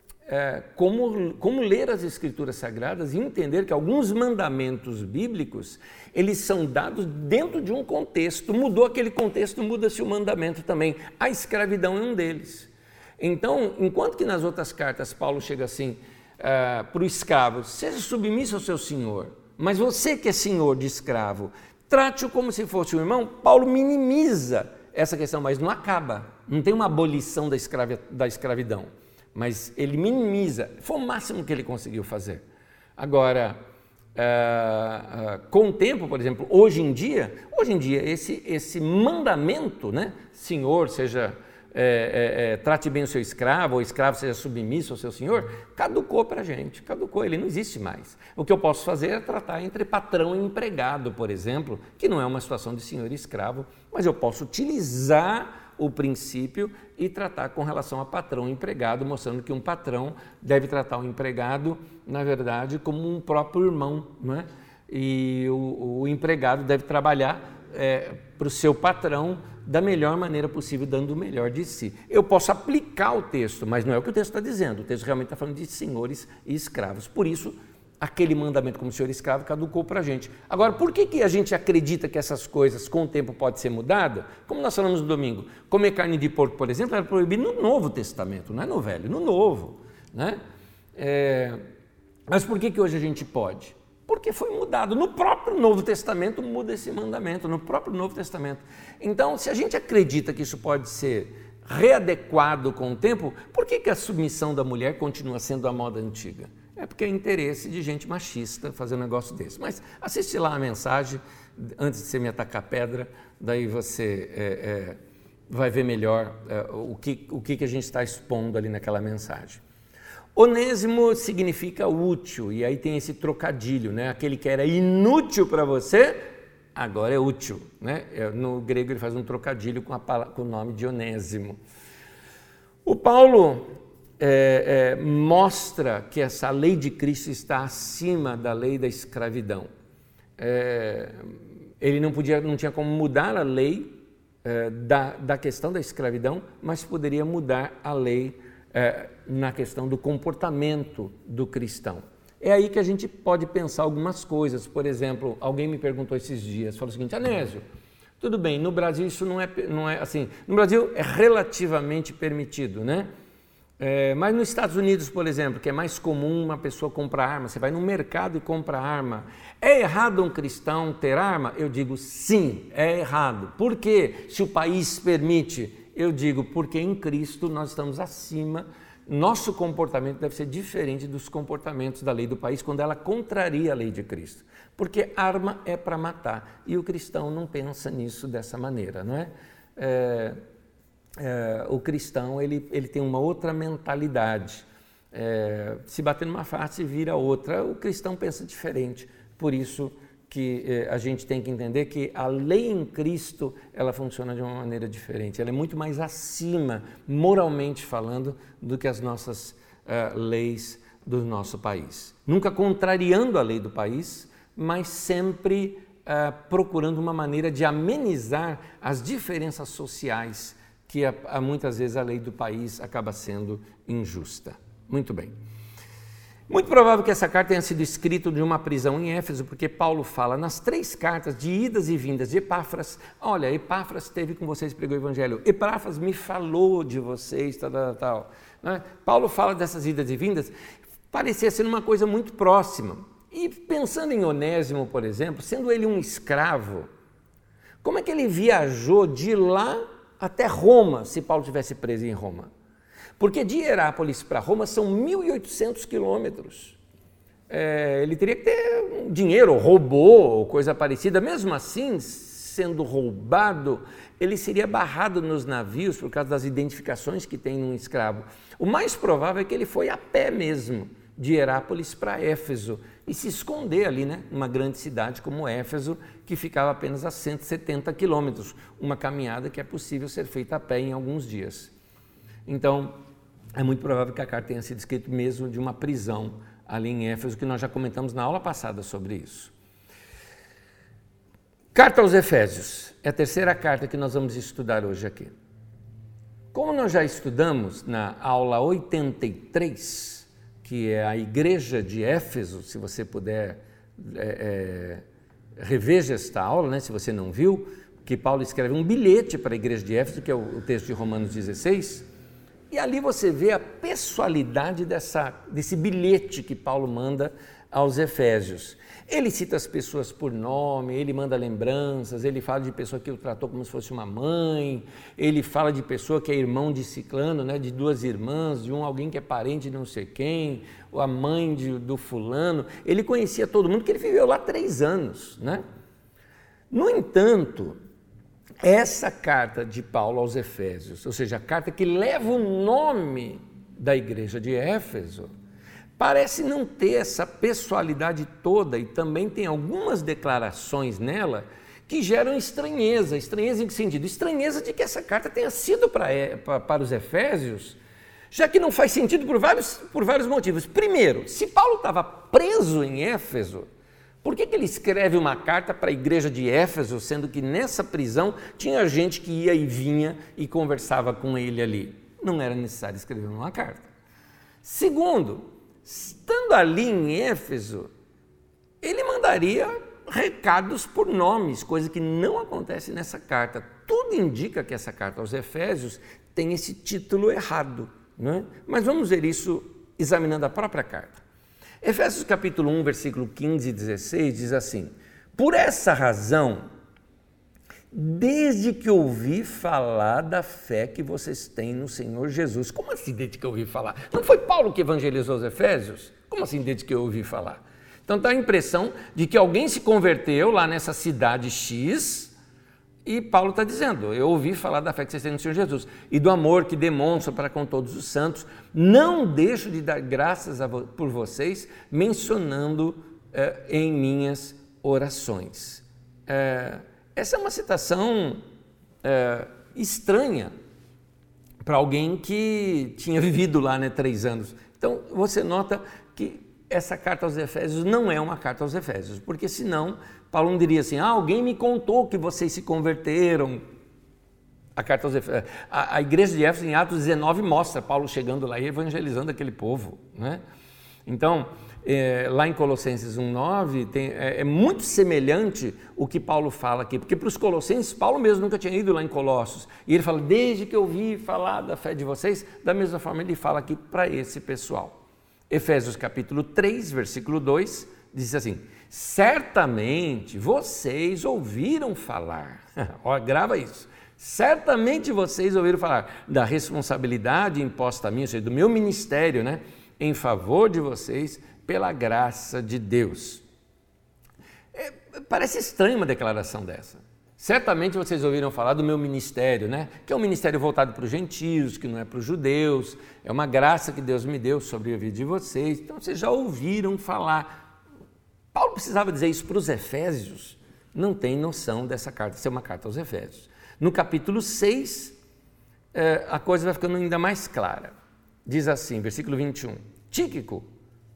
A: ler as Escrituras Sagradas e entender que alguns mandamentos bíblicos, eles são dados dentro de um contexto. Mudou aquele contexto, muda-se o mandamento também. A escravidão é um deles. Então, enquanto que nas outras cartas Paulo chega assim para o escravo, seja submisso ao seu senhor, mas você que é senhor de escravo, trate-o como se fosse um irmão. Paulo minimiza essa questão, mas não acaba, não tem uma abolição da escravidão, mas ele minimiza, foi o máximo que ele conseguiu fazer. Agora, com o tempo, por exemplo, hoje em dia esse mandamento, né, senhor seja, trate bem o seu escravo, ou escravo seja submisso ao seu senhor, caducou para a gente, caducou, ele não existe mais. O que eu posso fazer é tratar entre patrão e empregado, por exemplo, que não é uma situação de senhor e escravo, mas eu posso utilizar o princípio e tratar com relação a patrão e empregado, mostrando que um patrão deve tratar o empregado, na verdade, como um próprio irmão, não é? E o empregado deve trabalhar para o seu patrão da melhor maneira possível, dando o melhor de si. Eu posso aplicar o texto, mas não é o que o texto está dizendo. O texto realmente está falando de senhores e escravos. Por isso, aquele mandamento como senhor e escravo caducou para a gente. Agora, por que a gente acredita que essas coisas com o tempo podem ser mudadas? Como nós falamos no domingo, comer carne de porco, por exemplo, era proibido no Novo Testamento, não é no Velho, no Novo, né? Mas por que hoje a gente pode? Porque foi mudado. No próprio Novo Testamento muda esse mandamento, no próprio Novo Testamento. Então, se a gente acredita que isso pode ser readequado com o tempo, por que a submissão da mulher continua sendo a moda antiga? É porque é interesse de gente machista fazer um negócio desse. Mas assiste lá a mensagem, antes de você me atacar pedra, daí você vai ver melhor o que a gente está expondo ali naquela mensagem. Onésimo significa útil, e aí tem esse trocadilho, né? Aquele que era inútil para você, agora é útil, né? No grego ele faz um trocadilho com o nome de Onésimo. O Paulo mostra que essa lei de Cristo está acima da lei da escravidão. Ele não tinha como mudar a lei da questão da escravidão, mas poderia mudar a lei na questão do comportamento do cristão. É aí que a gente pode pensar algumas coisas. Por exemplo, alguém me perguntou esses dias, falou o seguinte: Anésio, tudo bem, no Brasil isso não é assim, no Brasil é relativamente permitido, né? Mas nos Estados Unidos, por exemplo, que é mais comum uma pessoa comprar arma, você vai no mercado e compra arma. É errado um cristão ter arma? Eu digo sim, é errado. Por quê? Se o país permite, eu digo porque em Cristo nós estamos acima, nosso comportamento deve ser diferente dos comportamentos da lei do país quando ela contraria a lei de Cristo. Porque arma é para matar e o cristão não pensa nisso dessa maneira, não é? O cristão ele tem uma outra mentalidade. Se bater numa face vira outra, o cristão pensa diferente. Por isso que a gente tem que entender que a lei em Cristo ela funciona de uma maneira diferente. Ela é muito mais acima, moralmente falando, do que as nossas leis do nosso país. Nunca contrariando a lei do país, mas sempre procurando uma maneira de amenizar as diferenças sociais que muitas vezes a lei do país acaba sendo injusta. Muito bem. Muito provável que essa carta tenha sido escrita de uma prisão em Éfeso, porque Paulo fala nas 3 cartas de idas e vindas de Epáfras. Olha, Epáfras esteve com vocês e pregou o evangelho. Epáfras me falou de vocês, tal. Né? Paulo fala dessas idas e vindas, parecia ser uma coisa muito próxima. E pensando em Onésimo, por exemplo, sendo ele um escravo, como é que ele viajou de lá até Roma, se Paulo tivesse preso em Roma? Porque de Herápolis para Roma são 1.800 quilômetros. Ele teria que ter dinheiro, ou robô, ou coisa parecida. Mesmo assim, sendo roubado, ele seria barrado nos navios por causa das identificações que tem num escravo. O mais provável é que ele foi a pé mesmo, de Herápolis para Éfeso, e se esconder ali, né, numa grande cidade como Éfeso, que ficava apenas a 170 quilômetros, uma caminhada que é possível ser feita a pé em alguns dias. Então, é muito provável que a carta tenha sido escrita mesmo de uma prisão ali em Éfeso, que nós já comentamos na aula passada sobre isso. Carta aos Efésios, é a terceira carta que nós vamos estudar hoje aqui. Como nós já estudamos na aula 83, que é a igreja de Éfeso, se você puder reveja esta aula, né, se você não viu, que Paulo escreve um bilhete para a igreja de Éfeso, que é o texto de Romanos 16, e ali você vê a pessoalidade desse bilhete que Paulo manda aos Efésios. Ele cita as pessoas por nome, ele manda lembranças, ele fala de pessoa que o tratou como se fosse uma mãe, ele fala de pessoa que é irmão de ciclano, né, de duas irmãs, de alguém que é parente de não sei quem, ou a mãe do fulano. Ele conhecia todo mundo, porque ele viveu lá 3 anos, né? No entanto, essa carta de Paulo aos Efésios, ou seja, a carta que leva o nome da igreja de Éfeso, parece não ter essa pessoalidade toda e também tem algumas declarações nela que geram estranheza. Estranheza em que sentido? Estranheza de que essa carta tenha sido para os Efésios, já que não faz sentido por vários motivos. Primeiro, se Paulo estava preso em Éfeso, por que ele escreve uma carta para a igreja de Éfeso, sendo que nessa prisão tinha gente que ia e vinha e conversava com ele ali? Não era necessário escrever uma carta. Segundo, estando ali em Éfeso, ele mandaria recados por nomes, coisa que não acontece nessa carta. Tudo indica que essa carta aos Efésios tem esse título errado, né? Mas vamos ver isso examinando a própria carta. Efésios capítulo 1, versículo 15 e 16 diz assim: por essa razão, desde que ouvi falar da fé que vocês têm no Senhor Jesus. Como assim desde que eu ouvi falar? Não foi Paulo que evangelizou os Efésios? Como assim desde que eu ouvi falar? Então dá a impressão de que alguém se converteu lá nessa cidade X e Paulo está dizendo, eu ouvi falar da fé que vocês têm no Senhor Jesus e do amor que demonstram para com todos os santos. Não deixo de dar graças por vocês, mencionando em minhas orações. Essa é uma citação estranha para alguém que tinha vivido lá 3 anos. Então, você nota que essa carta aos Efésios não é uma carta aos Efésios, porque senão Paulo não diria assim, alguém me contou que vocês se converteram. A carta aos Efésios, a igreja de Éfeso, em Atos 19, mostra Paulo chegando lá e evangelizando aquele povo, né? Então, lá em Colossenses 1,9, é muito semelhante o que Paulo fala aqui, porque para os Colossenses, Paulo mesmo nunca tinha ido lá em Colossos, e ele fala, desde que eu ouvi falar da fé de vocês, da mesma forma ele fala aqui para esse pessoal. Efésios capítulo 3, versículo 2, diz assim, certamente vocês ouviram falar, ó, grava isso, certamente vocês ouviram falar da responsabilidade imposta a mim, ou seja, do meu ministério, né, em favor de vocês, pela graça de Deus. Parece estranha uma declaração dessa. Certamente vocês ouviram falar do meu ministério, né? Que é um ministério voltado para os gentios, que não é para os judeus, é uma graça que Deus me deu sobre a vida de vocês. Então vocês já ouviram falar. Paulo precisava dizer isso para os Efésios? Não tem noção dessa carta ser uma carta aos Efésios. No capítulo 6, a coisa vai ficando ainda mais clara. Diz assim, versículo 21, Tíquico,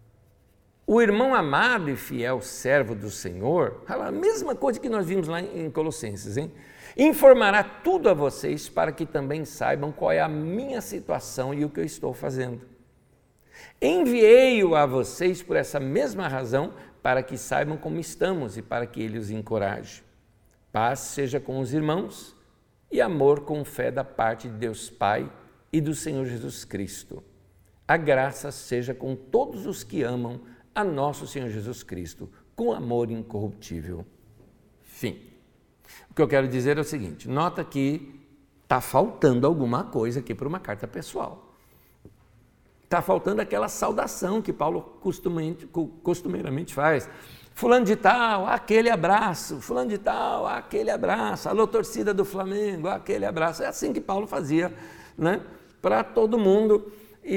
A: o irmão amado e fiel servo do Senhor, a mesma coisa que nós vimos lá em Colossenses, hein? Informará tudo a vocês para que também saibam qual é a minha situação e o que eu estou fazendo. Enviei-o a vocês por essa mesma razão, para que saibam como estamos e para que ele os encoraje. Paz seja com os irmãos e amor com fé da parte de Deus Pai e do Senhor Jesus Cristo. A graça seja com todos os que amam a nosso Senhor Jesus Cristo, com amor incorruptível. Fim. O que eu quero dizer é o seguinte, nota que está faltando alguma coisa aqui para uma carta pessoal. Está faltando aquela saudação que Paulo costumeiramente faz. Fulano de tal, aquele abraço. Fulano de tal, aquele abraço. Alô, torcida do Flamengo, aquele abraço. É assim que Paulo fazia, né, para todo mundo.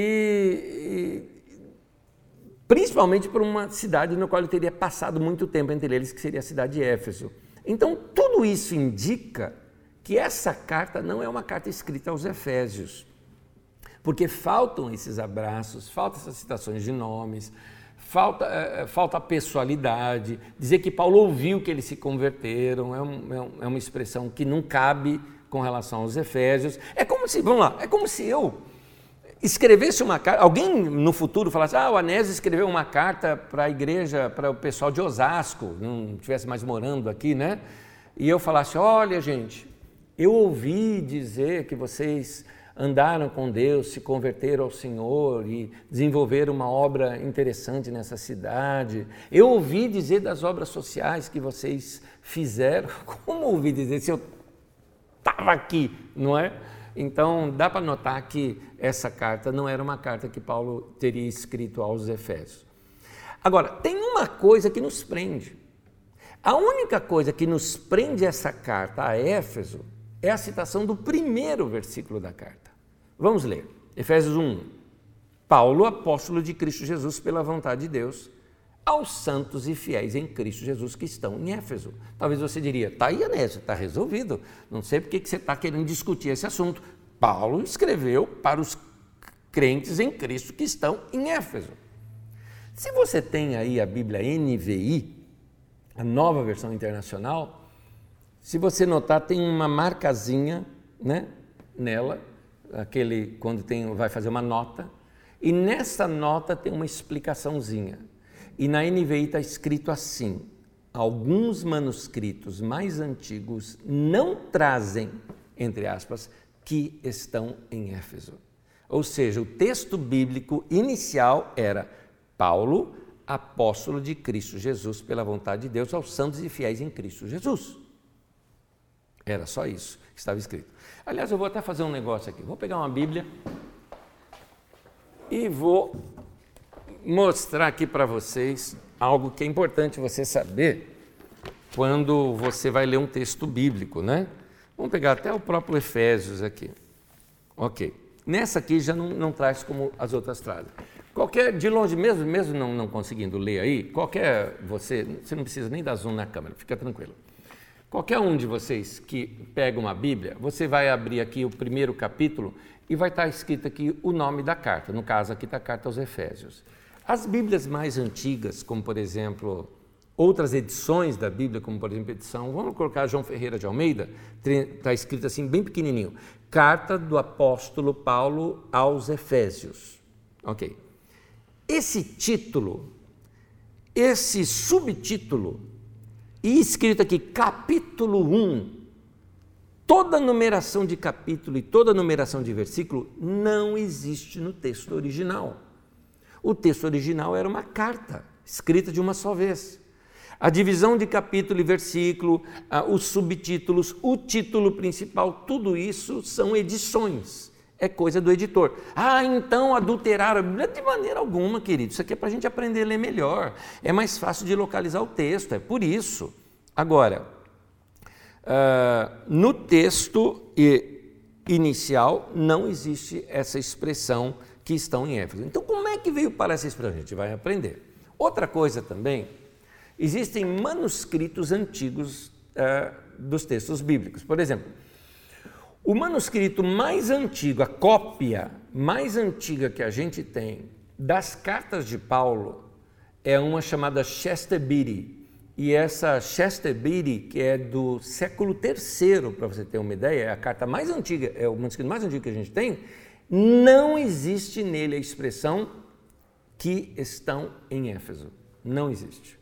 A: Principalmente por uma cidade na qual ele teria passado muito tempo entre eles, que seria a cidade de Éfeso. Então, tudo isso indica que essa carta não é uma carta escrita aos Efésios, porque faltam esses abraços, faltam essas citações de nomes, falta a pessoalidade, dizer que Paulo ouviu que eles se converteram, é uma expressão que não cabe com relação aos Efésios. É como se, vamos lá, é como se eu escrevesse uma carta, alguém no futuro falasse, o Anésio escreveu uma carta para a igreja, para o pessoal de Osasco, não estivesse mais morando aqui, né? E eu falasse, olha gente, eu ouvi dizer que vocês andaram com Deus, se converteram ao Senhor e desenvolveram uma obra interessante nessa cidade. Eu ouvi dizer das obras sociais que vocês fizeram. Como ouvi dizer se eu estava aqui, não é? Então, dá para notar que essa carta não era uma carta que Paulo teria escrito aos Efésios. Agora, tem uma coisa que nos prende. A única coisa que nos prende essa carta a Éfeso é a citação do primeiro versículo da carta. Vamos ler. Efésios 1. Paulo, apóstolo de Cristo Jesus, pela vontade de Deus, aos santos e fiéis em Cristo Jesus que estão em Éfeso. Talvez você diria, está aí, Anésio, está resolvido. Não sei por que você está querendo discutir esse assunto. Paulo escreveu para os crentes em Cristo que estão em Éfeso. Se você tem aí a Bíblia NVI, a nova versão internacional, se você notar, tem uma marcazinha, né, nela, aquele quando vai fazer uma nota, e nessa nota tem uma explicaçãozinha. E na NVI está escrito assim: alguns manuscritos mais antigos não trazem, entre aspas, que estão em Éfeso. Ou seja, o texto bíblico inicial era Paulo, apóstolo de Cristo Jesus, pela vontade de Deus, aos santos e fiéis em Cristo Jesus. Era só isso que estava escrito. Aliás, eu vou até fazer um negócio aqui. Vou pegar uma Bíblia e vou mostrar aqui para vocês algo que é importante você saber quando você vai ler um texto bíblico, né? Vamos pegar até o próprio Efésios aqui. Ok. Nessa aqui já não traz como as outras trazem. Qualquer, de longe, mesmo não conseguindo ler aí, você não precisa nem dar zoom na câmera, fica tranquilo. Qualquer um de vocês que pega uma Bíblia, você vai abrir aqui o primeiro capítulo e vai estar escrito aqui o nome da carta. No caso, aqui está a carta aos Efésios. As Bíblias mais antigas, como por exemplo, outras edições da Bíblia, como por exemplo, vamos colocar João Ferreira de Almeida, está escrito assim, bem pequenininho, Carta do Apóstolo Paulo aos Efésios. Ok. Esse título, esse subtítulo, e escrito aqui, capítulo 1, toda numeração de capítulo e toda numeração de versículo não existe no texto original. O texto original era uma carta, escrita de uma só vez. A divisão de capítulo e versículo, os subtítulos, o título principal, tudo isso são edições. É coisa do editor. Então adulteraram a Bíblia? De maneira alguma, querido. Isso aqui é para a gente aprender a ler melhor. É mais fácil de localizar o texto, é por isso. Agora, no texto inicial não existe essa expressão que estão em Éfeso. Então, como é que veio para essa expressão? A gente vai aprender. Outra coisa também, existem manuscritos antigos dos textos bíblicos. Por exemplo, o manuscrito mais antigo, a cópia mais antiga que a gente tem das cartas de Paulo é uma chamada Chester Beatty. E essa Chester Beatty, que é do século III, para você ter uma ideia, é a carta mais antiga, é o manuscrito mais antigo que a gente tem, não existe nele a expressão que estão em Éfeso. Não existe.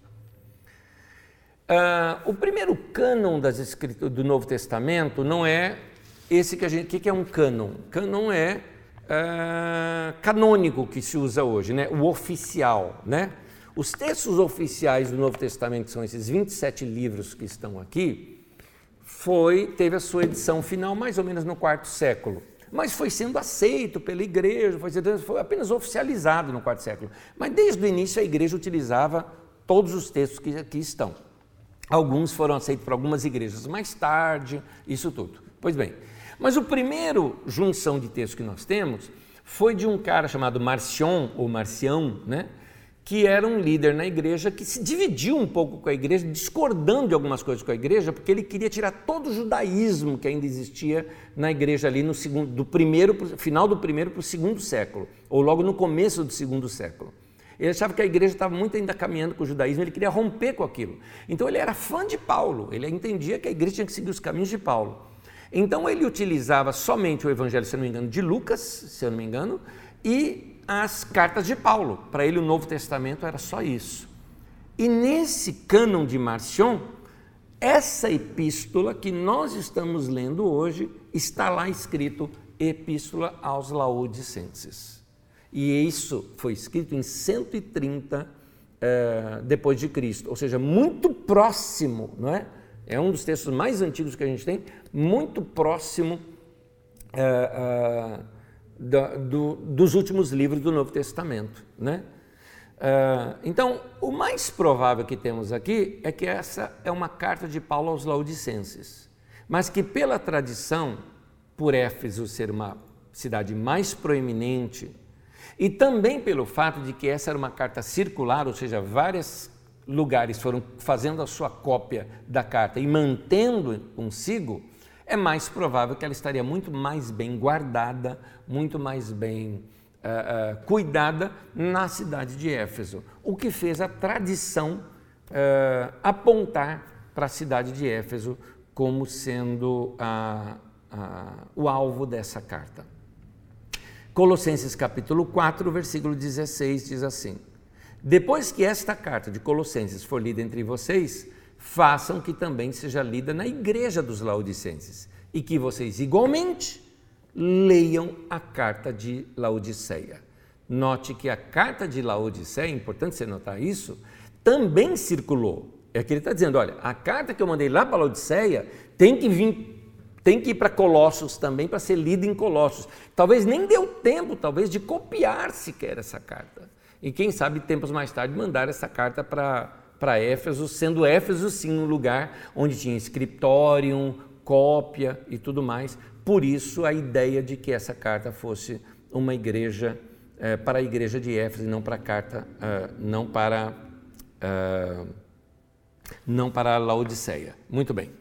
A: O primeiro cânon das escrituras do Novo Testamento não é esse que a gente... O que é um cânon? Cânon é canônico que se usa hoje, né? O oficial, né? Os textos oficiais do Novo Testamento, que são esses 27 livros que estão aqui, teve a sua edição final mais ou menos no IV século. Mas foi sendo aceito pela igreja, foi apenas oficializado no IV século. Mas desde o início a igreja utilizava todos os textos que aqui estão. Alguns foram aceitos por algumas igrejas mais tarde, isso tudo. Pois bem, mas o primeiro junção de textos que nós temos foi de um cara chamado Marcion, ou Marcião, né? Que era um líder na igreja que se dividiu um pouco com a igreja, discordando de algumas coisas com a igreja, porque ele queria tirar todo o judaísmo que ainda existia na igreja ali no final do primeiro para o segundo século, ou logo no começo do segundo século. Ele achava que a igreja estava muito ainda caminhando com o judaísmo, ele queria romper com aquilo. Então ele era fã de Paulo, ele entendia que a igreja tinha que seguir os caminhos de Paulo. Então ele utilizava somente o evangelho, se eu não me engano, de Lucas, se eu não me engano, e as cartas de Paulo. Para ele o Novo Testamento era só isso. E nesse cânon de Marcion, essa epístola que nós estamos lendo hoje está lá escrito Epístola aos Laodicenses. E isso foi escrito em 130 depois de Cristo, ou seja, muito próximo, não é? É um dos textos mais antigos que a gente tem, muito próximo dos últimos livros do Novo Testamento, né? Então, o mais provável que temos aqui é que essa é uma carta de Paulo aos Laodicenses, mas que pela tradição, por Éfeso ser uma cidade mais proeminente, e também pelo fato de que essa era uma carta circular, ou seja, vários lugares foram fazendo a sua cópia da carta e mantendo consigo, é mais provável que ela estaria muito mais bem guardada, muito mais bem cuidada na cidade de Éfeso, o que fez a tradição apontar para a cidade de Éfeso como sendo o alvo dessa carta. Colossenses capítulo 4, versículo 16 diz assim: depois que esta carta de Colossenses for lida entre vocês, façam que também seja lida na igreja dos Laodicenses e que vocês igualmente leiam a carta de Laodiceia. Note que a carta de Laodiceia, é importante você notar isso, também circulou. É que ele está dizendo, olha, a carta que eu mandei lá para Laodiceia tem que ir para Colossos também, para ser lida em Colossos. Talvez nem deu tempo, talvez, de copiar sequer essa carta. E quem sabe, tempos mais tarde, mandar essa carta para Éfeso, sendo Éfeso, sim, um lugar onde tinha scriptorium, cópia e tudo mais. Por isso, a ideia de que essa carta fosse uma igreja, para a igreja de Éfeso, e não para a carta, não para a Laodiceia. Muito bem.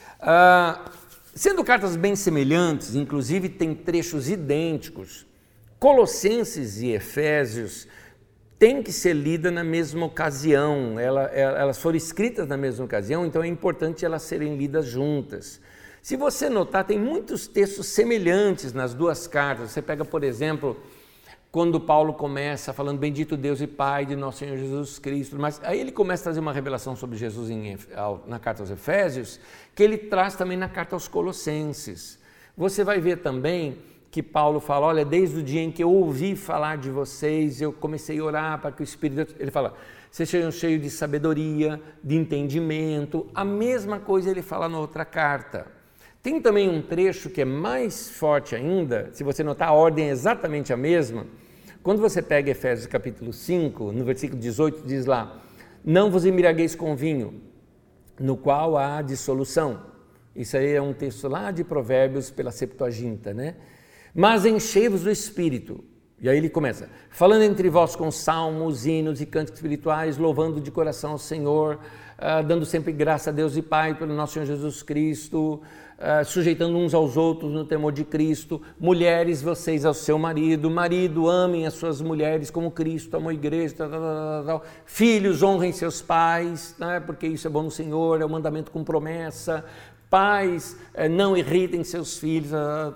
A: Sendo cartas bem semelhantes, inclusive tem trechos idênticos, Colossenses e Efésios têm que ser lidas na mesma ocasião, elas foram escritas na mesma ocasião, então é importante elas serem lidas juntas. Se você notar, tem muitos textos semelhantes nas duas cartas. Você pega, por exemplo, quando Paulo começa falando bendito Deus e Pai de nosso Senhor Jesus Cristo, mas aí ele começa a trazer uma revelação sobre Jesus na carta aos Efésios, que ele traz também na carta aos Colossenses. Você vai ver também que Paulo fala, olha, desde o dia em que eu ouvi falar de vocês, eu comecei a orar para que o Espírito... Ele fala, vocês sejam cheios de sabedoria, de entendimento. A mesma coisa ele fala na outra carta. Tem também um trecho que é mais forte ainda, se você notar, a ordem é exatamente a mesma. Quando você pega Efésios capítulo 5, no versículo 18, diz lá, não vos embriagueis com vinho, no qual há dissolução. Isso aí é um texto lá de Provérbios pela Septuaginta, né? Mas enchei-vos do Espírito. E aí ele começa, falando entre vós com salmos, hinos e cânticos espirituais, louvando de coração ao Senhor, dando sempre graça a Deus e Pai pelo nosso Senhor Jesus Cristo, sujeitando uns aos outros no temor de Cristo. Mulheres, vocês ao seu marido. Marido, amem as suas mulheres como Cristo amou a igreja. Filhos, honrem seus pais, né, porque isso é bom no Senhor, é um mandamento com promessa. Pais, não irritem seus filhos,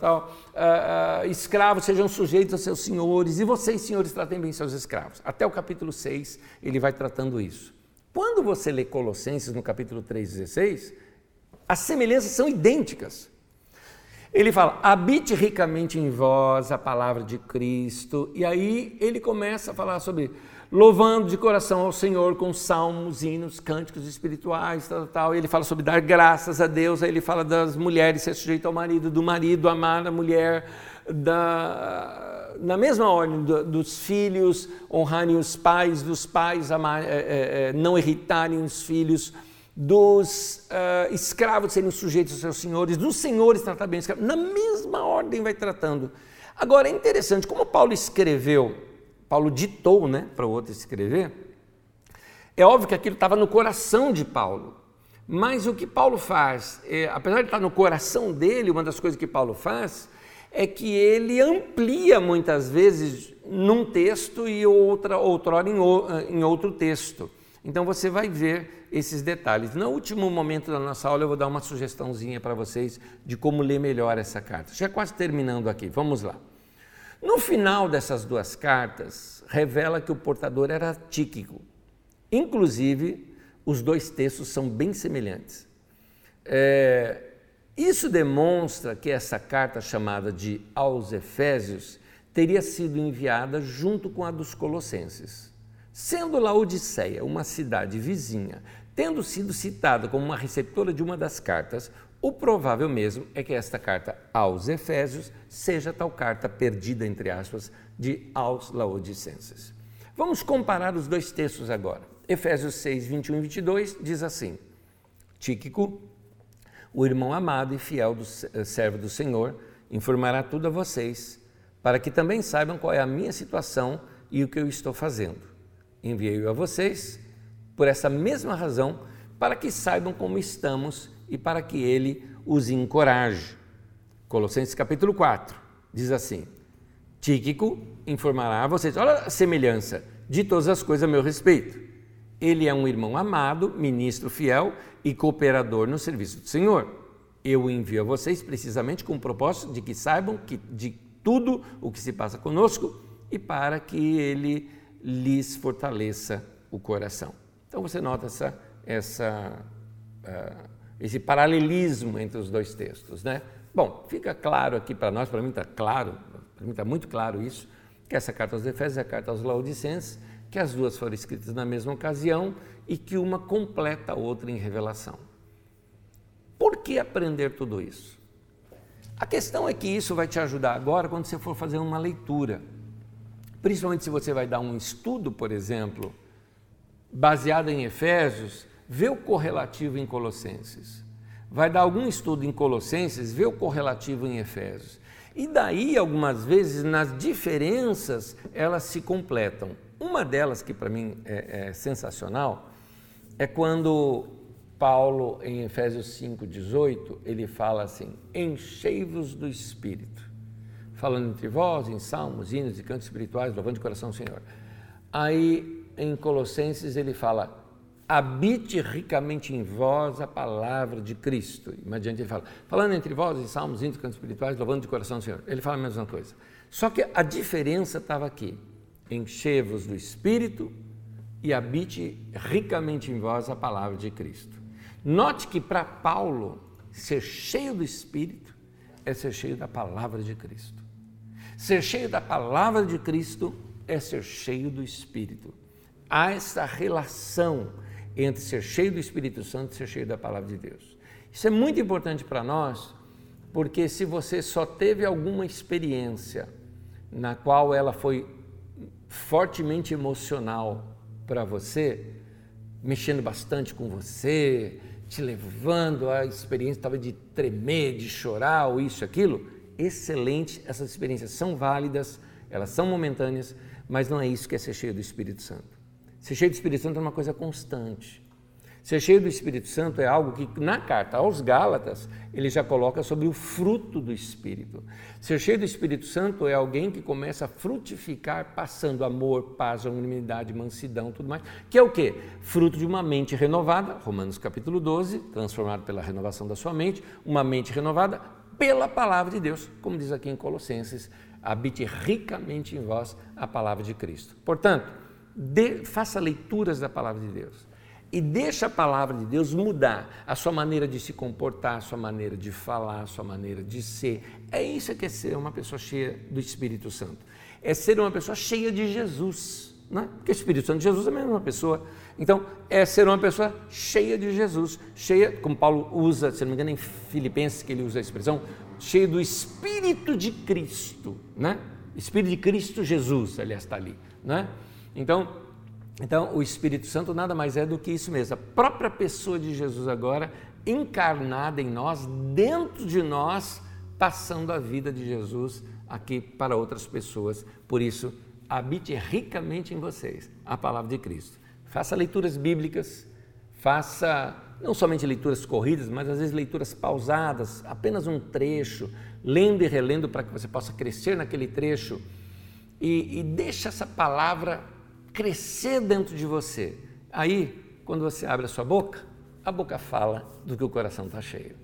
A: escravos, sejam sujeitos a seus senhores, e vocês, senhores, tratem bem seus escravos. Até o capítulo 6, ele vai tratando isso. Quando você lê Colossenses, no capítulo 3:16, as semelhanças são idênticas. Ele fala, habite ricamente em vós a palavra de Cristo, e aí ele começa a falar sobre... louvando de coração ao Senhor com salmos, hinos, cânticos espirituais, tal. Ele fala sobre dar graças a Deus, aí ele fala das mulheres ser sujeito ao marido, do marido amar a mulher, na mesma ordem dos filhos honrarem os pais, dos pais não irritarem os filhos, dos escravos serem sujeitos aos seus senhores, dos senhores tratar bem os escravos, na mesma ordem vai tratando. Agora é interessante, como Paulo ditou, né, para o outro escrever, é óbvio que aquilo estava no coração de Paulo, mas o que Paulo faz, apesar de estar no coração dele, uma das coisas que Paulo faz é que ele amplia muitas vezes num texto e outrora em outro texto. Então você vai ver esses detalhes. No último momento da nossa aula eu vou dar uma sugestãozinha para vocês de como ler melhor essa carta. Já quase terminando aqui, vamos lá. No final dessas duas cartas, revela que o portador era Tíquico. Inclusive, os dois textos são bem semelhantes. Isso demonstra que essa carta chamada de aos Efésios teria sido enviada junto com a dos Colossenses. Sendo Laodiceia uma cidade vizinha, tendo sido citada como uma receptora de uma das cartas, o provável mesmo é que esta carta aos Efésios seja tal carta perdida, entre aspas, de aos Laodicenses. Vamos comparar os dois textos agora. Efésios 6, 21 e 22 diz assim: Tíquico, o irmão amado e fiel servo do Senhor, informará tudo a vocês, para que também saibam qual é a minha situação e o que eu estou fazendo. Enviei-o a vocês por essa mesma razão, para que saibam como estamos e para que ele os encoraje. Colossenses capítulo 4 diz assim: Tíquico informará a vocês, olha a semelhança de todas as coisas a meu respeito. Ele é um irmão amado, ministro fiel e cooperador no serviço do Senhor. Eu o envio a vocês precisamente com o propósito de que saibam de tudo o que se passa conosco e para que ele lhes fortaleça o coração. Então você nota esse paralelismo entre os dois textos, né? Bom, fica claro aqui para nós, para mim está muito claro isso, que essa carta aos Efésios é a carta aos Laodicenses, que as duas foram escritas na mesma ocasião e que uma completa a outra em revelação. Por que aprender tudo isso? A questão é que isso vai te ajudar agora quando você for fazer uma leitura. Principalmente se você vai dar um estudo, por exemplo, baseado em Efésios, vê o correlativo em Colossenses. Vai dar algum estudo em Colossenses, vê o correlativo em Efésios. E daí, algumas vezes, nas diferenças, elas se completam. Uma delas, que para mim é sensacional, é quando Paulo, em Efésios 5,18, ele fala assim: enchei-vos do Espírito, falando entre vós, em salmos, hinos e cantos espirituais, louvando de coração o Senhor. Aí, em Colossenses, ele fala: habite ricamente em vós a palavra de Cristo. E mais adiante ele fala: falando entre vós, em salmos, hinos e cantos espirituais, louvando de coração o Senhor. Ele fala a mesma coisa. Só que a diferença estava aqui: enchei-vos do Espírito e habite ricamente em vós a palavra de Cristo. Note que para Paulo, ser cheio do Espírito é ser cheio da palavra de Cristo. Ser cheio da palavra de Cristo é ser cheio do Espírito. Há essa relação entre ser cheio do Espírito Santo e ser cheio da palavra de Deus. Isso é muito importante para nós, porque se você só teve alguma experiência na qual ela foi fortemente emocional para você, mexendo bastante com você, te levando à experiência talvez de tremer, de chorar ou isso, aquilo, excelente, essas experiências são válidas, elas são momentâneas, mas não é isso que é ser cheio do Espírito Santo. Ser cheio do Espírito Santo é uma coisa constante. Ser cheio do Espírito Santo é algo que na carta aos Gálatas ele já coloca sobre o fruto do Espírito. Ser cheio do Espírito Santo é alguém que começa a frutificar passando amor, paz, unanimidade, mansidão, tudo mais, que é o quê? Fruto de uma mente renovada, Romanos capítulo 12, transformado pela renovação da sua mente, uma mente renovada pela palavra de Deus, como diz aqui em Colossenses, habite ricamente em vós a palavra de Cristo. Portanto, faça leituras da palavra de Deus. E deixa a palavra de Deus mudar a sua maneira de se comportar, a sua maneira de falar, a sua maneira de ser. É isso que é ser uma pessoa cheia do Espírito Santo. É ser uma pessoa cheia de Jesus, né? Porque o Espírito Santo de Jesus é a mesma pessoa. Então, é ser uma pessoa cheia de Jesus, cheia, como Paulo usa, se não me engano, em Filipenses, que ele usa a expressão, cheio do Espírito de Cristo, né? Espírito de Cristo Jesus, aliás, está ali, né? Então, o Espírito Santo nada mais é do que isso mesmo, a própria pessoa de Jesus agora, encarnada em nós, dentro de nós, passando a vida de Jesus aqui para outras pessoas. Por isso, habite ricamente em vocês a palavra de Cristo. Faça leituras bíblicas, faça não somente leituras corridas, mas às vezes leituras pausadas, apenas um trecho, lendo e relendo para que você possa crescer naquele trecho e deixa essa palavra crescer dentro de você. Aí, quando você abre a boca fala do que o coração está cheio.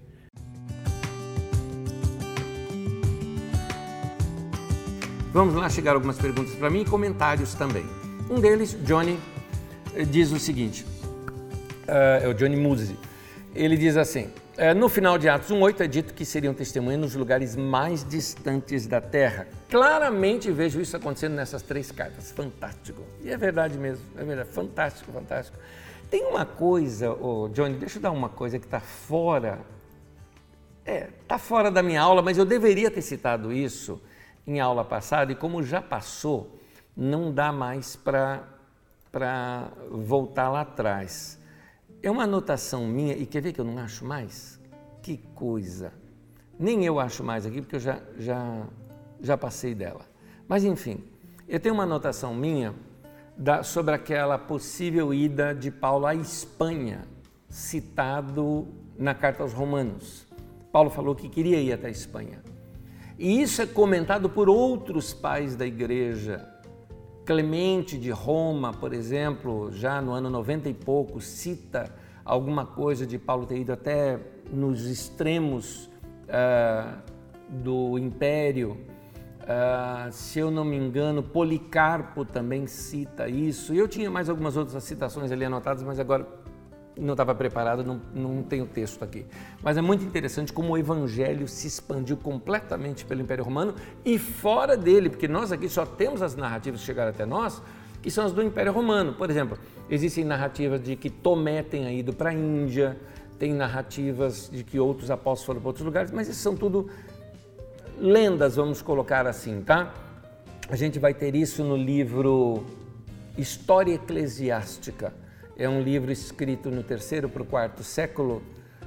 A: Vamos lá, chegaram algumas perguntas para mim e comentários também. Um deles, Johnny, diz o seguinte, é o Johnny Muzzi, ele diz assim, no final de Atos 1:8 é dito que seriam testemunhas nos lugares mais distantes da terra. Claramente vejo isso acontecendo nessas 3 cartas, fantástico. E é verdade mesmo, é verdade, fantástico, fantástico. Tem uma coisa, Johnny, deixa eu dar uma coisa que está fora, está fora da minha aula, mas eu deveria ter citado isso em aula passada, e como já passou, não dá mais para voltar lá atrás. É uma anotação minha, e quer ver que eu não acho mais? Que coisa! Nem eu acho mais aqui, porque eu já passei dela. Mas enfim, eu tenho uma anotação minha sobre aquela possível ida de Paulo à Espanha, citado na carta aos Romanos. Paulo falou que queria ir até a Espanha. E isso é comentado por outros pais da igreja. Clemente de Roma, por exemplo, já no ano 90 e pouco, cita alguma coisa de Paulo ter ido até nos extremos do império. Se eu não me engano, Policarpo também cita isso. Eu tinha mais algumas outras citações ali anotadas, mas agora não estava preparado, não tenho texto aqui. Mas é muito interessante como o evangelho se expandiu completamente pelo Império Romano e fora dele, porque nós aqui só temos as narrativas que chegaram até nós, que são as do Império Romano. Por exemplo, existem narrativas de que Tomé tenha ido para a Índia, tem narrativas de que outros apóstolos foram para outros lugares, mas isso são tudo lendas, vamos colocar assim, tá? A gente vai ter isso no livro História Eclesiástica. É um livro escrito no 3º para o 4º século,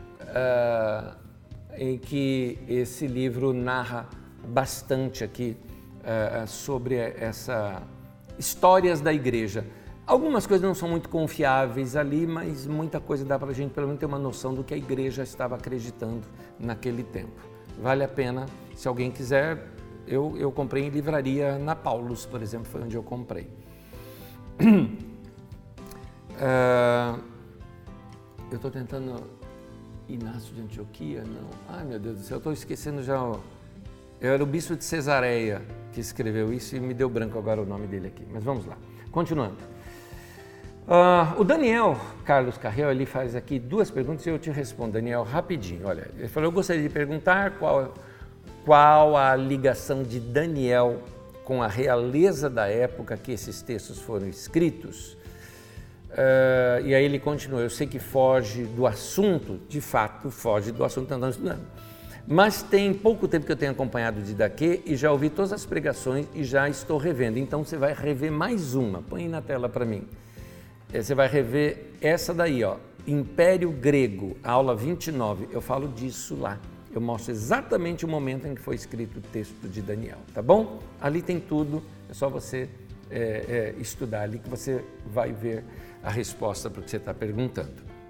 A: em que esse livro narra bastante aqui sobre histórias da igreja. Algumas coisas não são muito confiáveis ali, mas muita coisa dá para a gente pelo menos ter uma noção do que a igreja estava acreditando naquele tempo. Vale a pena, se alguém quiser, eu comprei em livraria na Paulus, por exemplo, foi onde eu comprei. Eu estou tentando... Inácio de Antioquia? Não. Ai, meu Deus do céu, eu estou esquecendo já. Era o bispo de Cesareia que escreveu isso e me deu branco agora o nome dele aqui. Mas vamos lá. Continuando. O Daniel Carlos Carrel, ele faz aqui 2 perguntas e eu te respondo, Daniel, rapidinho. Olha, ele falou, eu gostaria de perguntar qual a ligação de Daniel com a realeza da época que esses textos foram escritos. E aí ele continua, eu sei que foge do assunto, de fato foge do assunto que andamos estudando, mas tem pouco tempo que eu tenho acompanhado o Didaquê e já ouvi todas as pregações e já estou revendo, então você vai rever mais uma, põe aí na tela para mim, você vai rever essa daí, ó, Império Grego, aula 29, eu falo disso lá, eu mostro exatamente o momento em que foi escrito o texto de Daniel, tá bom? Ali tem tudo, é só você estudar ali que você vai ver a resposta para o que você está perguntando.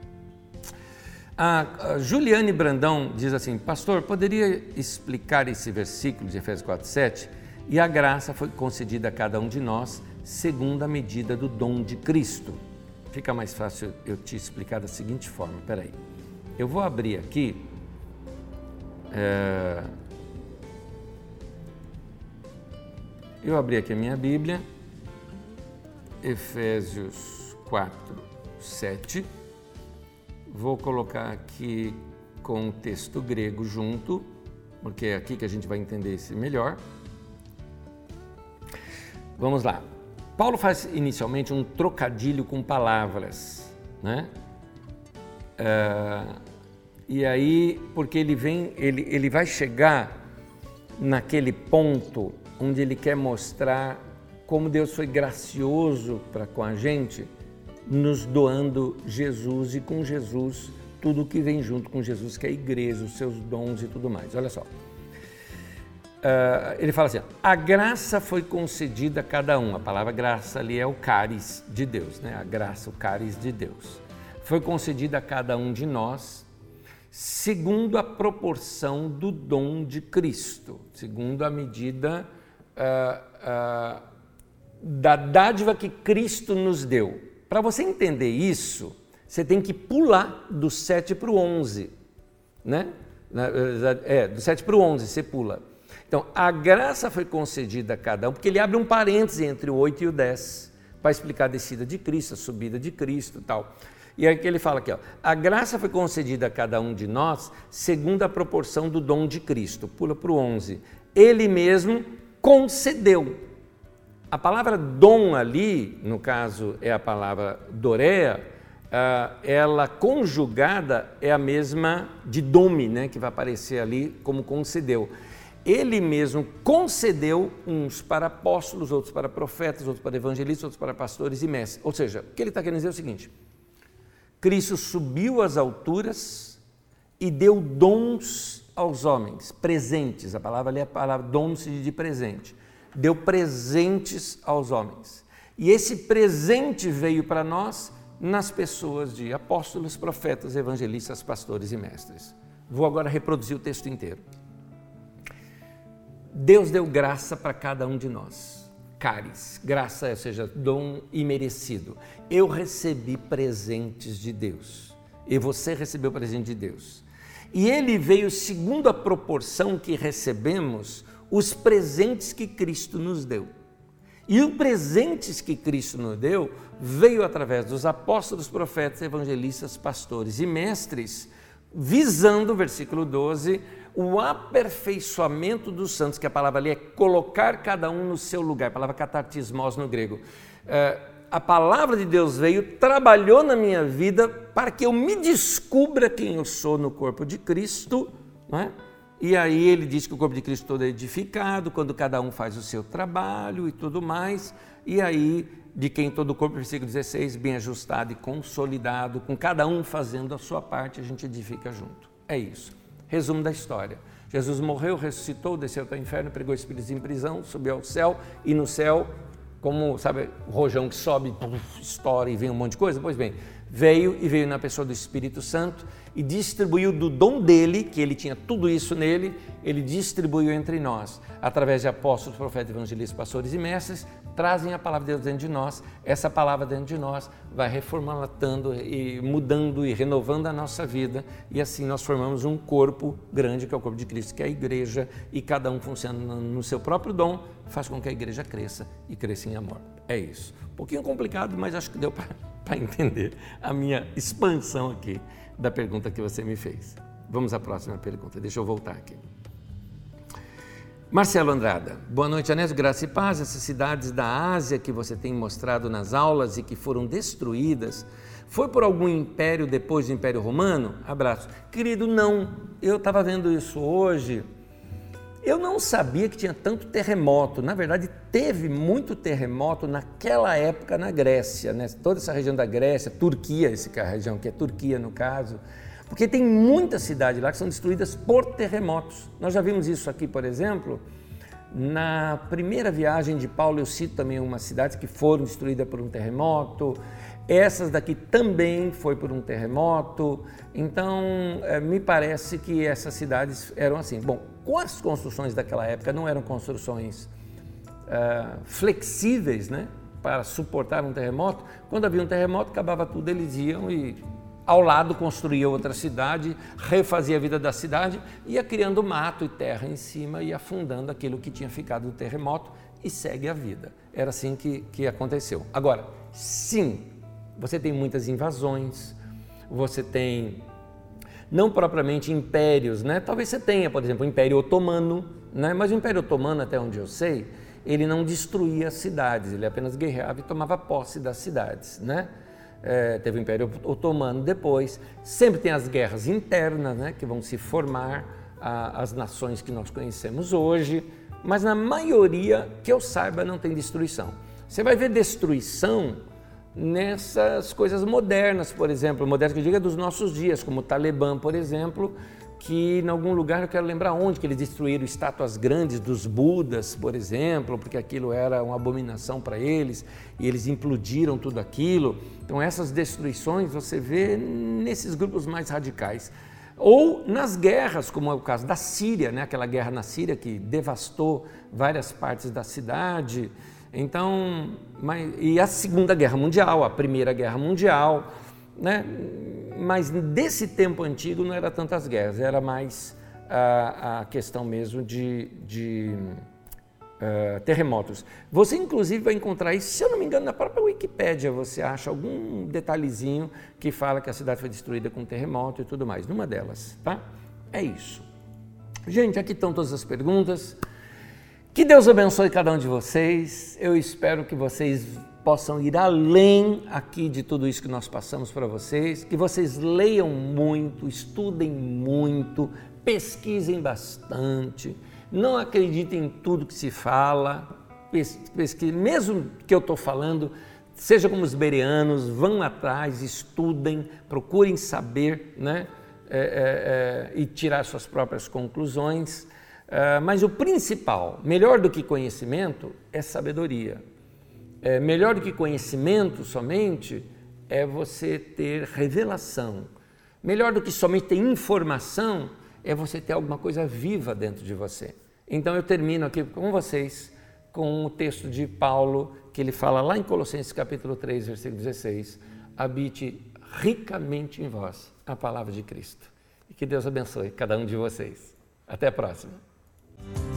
A: A Juliane Brandão diz assim, pastor, poderia explicar esse versículo de Efésios 4:7? E a graça foi concedida a cada um de nós segundo a medida do dom de Cristo. Fica mais fácil eu te explicar da seguinte forma, peraí. Eu vou abrir aqui, a minha Bíblia, Efésios 4:7, vou colocar aqui com o texto grego junto, porque é aqui que a gente vai entender isso melhor. Vamos lá. Paulo faz inicialmente um trocadilho com palavras, né? E aí, porque ele vai chegar naquele ponto onde ele quer mostrar como Deus foi gracioso para com a gente, nos doando Jesus e com Jesus, tudo que vem junto com Jesus, que é a igreja, os seus dons e tudo mais. Olha só. Ele fala assim, a graça foi concedida a cada um. A palavra graça ali é o cáris de Deus, né? A graça, o cáris de Deus. Foi concedida a cada um de nós, segundo a proporção do dom de Cristo, segundo a medida da dádiva que Cristo nos deu. Para você entender isso, você tem que pular do 7 para o 11, né? Do 7 para o 11 você pula. Então, a graça foi concedida a cada um, porque ele abre um parêntese entre o 8 e o 10, para explicar a descida de Cristo, a subida de Cristo e tal. E aí que ele fala aqui, ó, a graça foi concedida a cada um de nós segundo a proporção do dom de Cristo. Pula para o 11. Ele mesmo concedeu. A palavra dom ali, no caso é a palavra dorea, ela conjugada é a mesma de dome, né, que vai aparecer ali como concedeu. Ele mesmo concedeu uns para apóstolos, outros para profetas, outros para evangelistas, outros para pastores e mestres. Ou seja, o que ele está querendo dizer é o seguinte: Cristo subiu às alturas e deu dons aos homens, presentes. A palavra ali é a palavra dom de presente. Deu presentes aos homens. E esse presente veio para nós nas pessoas de apóstolos, profetas, evangelistas, pastores e mestres. Vou agora reproduzir o texto inteiro. Deus deu graça para cada um de nós. Caris, graça, ou seja, dom imerecido. Eu recebi presentes de Deus. E você recebeu presente de Deus. E ele veio segundo a proporção que recebemos os presentes que Cristo nos deu. E os presentes que Cristo nos deu veio através dos apóstolos, profetas, evangelistas, pastores e mestres, visando, versículo 12, o aperfeiçoamento dos santos, que a palavra ali é colocar cada um no seu lugar, a palavra katartismos no grego. A palavra de Deus veio, trabalhou na minha vida para que eu me descubra quem eu sou no corpo de Cristo, não é? E aí ele diz que o corpo de Cristo todo é edificado, quando cada um faz o seu trabalho e tudo mais, e aí de quem todo o corpo, versículo 16, bem ajustado e consolidado, com cada um fazendo a sua parte, a gente edifica junto. É isso. Resumo da história. Jesus morreu, ressuscitou, desceu até o inferno, pregou espíritos em prisão, subiu ao céu, e no céu, como, sabe, o rojão que sobe, estoura e vem um monte de coisa? Pois bem, veio na pessoa do Espírito Santo e distribuiu do dom dele, que ele tinha tudo isso nele, ele distribuiu entre nós, através de apóstolos, profetas, evangelistas, pastores e mestres, trazem a palavra de Deus dentro de nós. Essa palavra dentro de nós vai reformatando e mudando e renovando a nossa vida, e assim nós formamos um corpo grande, que é o corpo de Cristo, que é a igreja, e cada um funcionando no seu próprio dom, faz com que a igreja cresça e cresça em amor. É isso. Um pouquinho complicado, mas acho que deu para entender a minha expansão aqui da pergunta que você me fez. Vamos à próxima pergunta, deixa eu voltar aqui. Marcelo Andrada, boa noite, Anésio, graça e paz. Essas cidades da Ásia que você tem mostrado nas aulas e que foram destruídas, foi por algum império depois do Império Romano? Abraço. Querido, não, eu estava vendo isso hoje, eu não sabia que tinha tanto terremoto. Na verdade, teve muito terremoto naquela época na Grécia, né? Toda essa região da Grécia, Turquia, essa região que é Turquia no caso, porque tem muitas cidades lá que são destruídas por terremotos. Nós já vimos isso aqui, por exemplo, na primeira viagem de Paulo, eu cito também umas cidades que foram destruídas por um terremoto, essas daqui também foi por um terremoto, então me parece que essas cidades eram assim. Bom, com as construções daquela época não eram construções flexíveis, né, para suportar um terremoto. Quando havia um terremoto, acabava tudo, eles iam e ao lado construía outra cidade, refazia a vida da cidade, ia criando mato e terra em cima e afundando aquilo que tinha ficado do terremoto e segue a vida. Era assim que aconteceu. Agora, sim, você tem muitas invasões, você tem não propriamente impérios, né? Talvez você tenha, por exemplo, o Império Otomano, né? Mas o Império Otomano, até onde eu sei, ele não destruía as cidades, ele apenas guerreava e tomava posse das cidades, né? Teve o Império Otomano depois, sempre tem as guerras internas, né, que vão se formar as nações que nós conhecemos hoje, mas na maioria, que eu saiba, não tem destruição. Você vai ver destruição nessas coisas modernas, por exemplo, modernas que eu digo é dos nossos dias, como o Talibã, por exemplo, que em algum lugar, eu quero lembrar onde, que eles destruíram estátuas grandes dos Budas, por exemplo, porque aquilo era uma abominação para eles, e eles implodiram tudo aquilo. Então essas destruições você vê nesses grupos mais radicais. Ou nas guerras, como é o caso da Síria, né? Aquela guerra na Síria que devastou várias partes da cidade. Então, e a Segunda Guerra Mundial, a Primeira Guerra Mundial, né? Mas desse tempo antigo não era tantas guerras, era mais a questão mesmo de terremotos. Você, inclusive, vai encontrar isso, se eu não me engano, na própria Wikipédia você acha algum detalhezinho que fala que a cidade foi destruída com um terremoto e tudo mais, numa delas, tá? É isso. Gente, aqui estão todas as perguntas. Que Deus abençoe cada um de vocês. Eu espero que vocês possam ir além aqui de tudo isso que nós passamos para vocês, que vocês leiam muito, estudem muito, pesquisem bastante, não acreditem em tudo que se fala, pesquisem, mesmo que eu estou falando, seja como os bereanos, vão atrás, estudem, procurem saber, né? E tirar suas próprias conclusões, mas o principal, melhor do que conhecimento, é sabedoria. Melhor do que conhecimento somente é você ter revelação. Melhor do que somente ter informação é você ter alguma coisa viva dentro de você. Então eu termino aqui com vocês com o texto de Paulo, que ele fala lá em Colossenses capítulo 3, versículo 16, habite ricamente em vós a palavra de Cristo. E que Deus abençoe cada um de vocês. Até a próxima.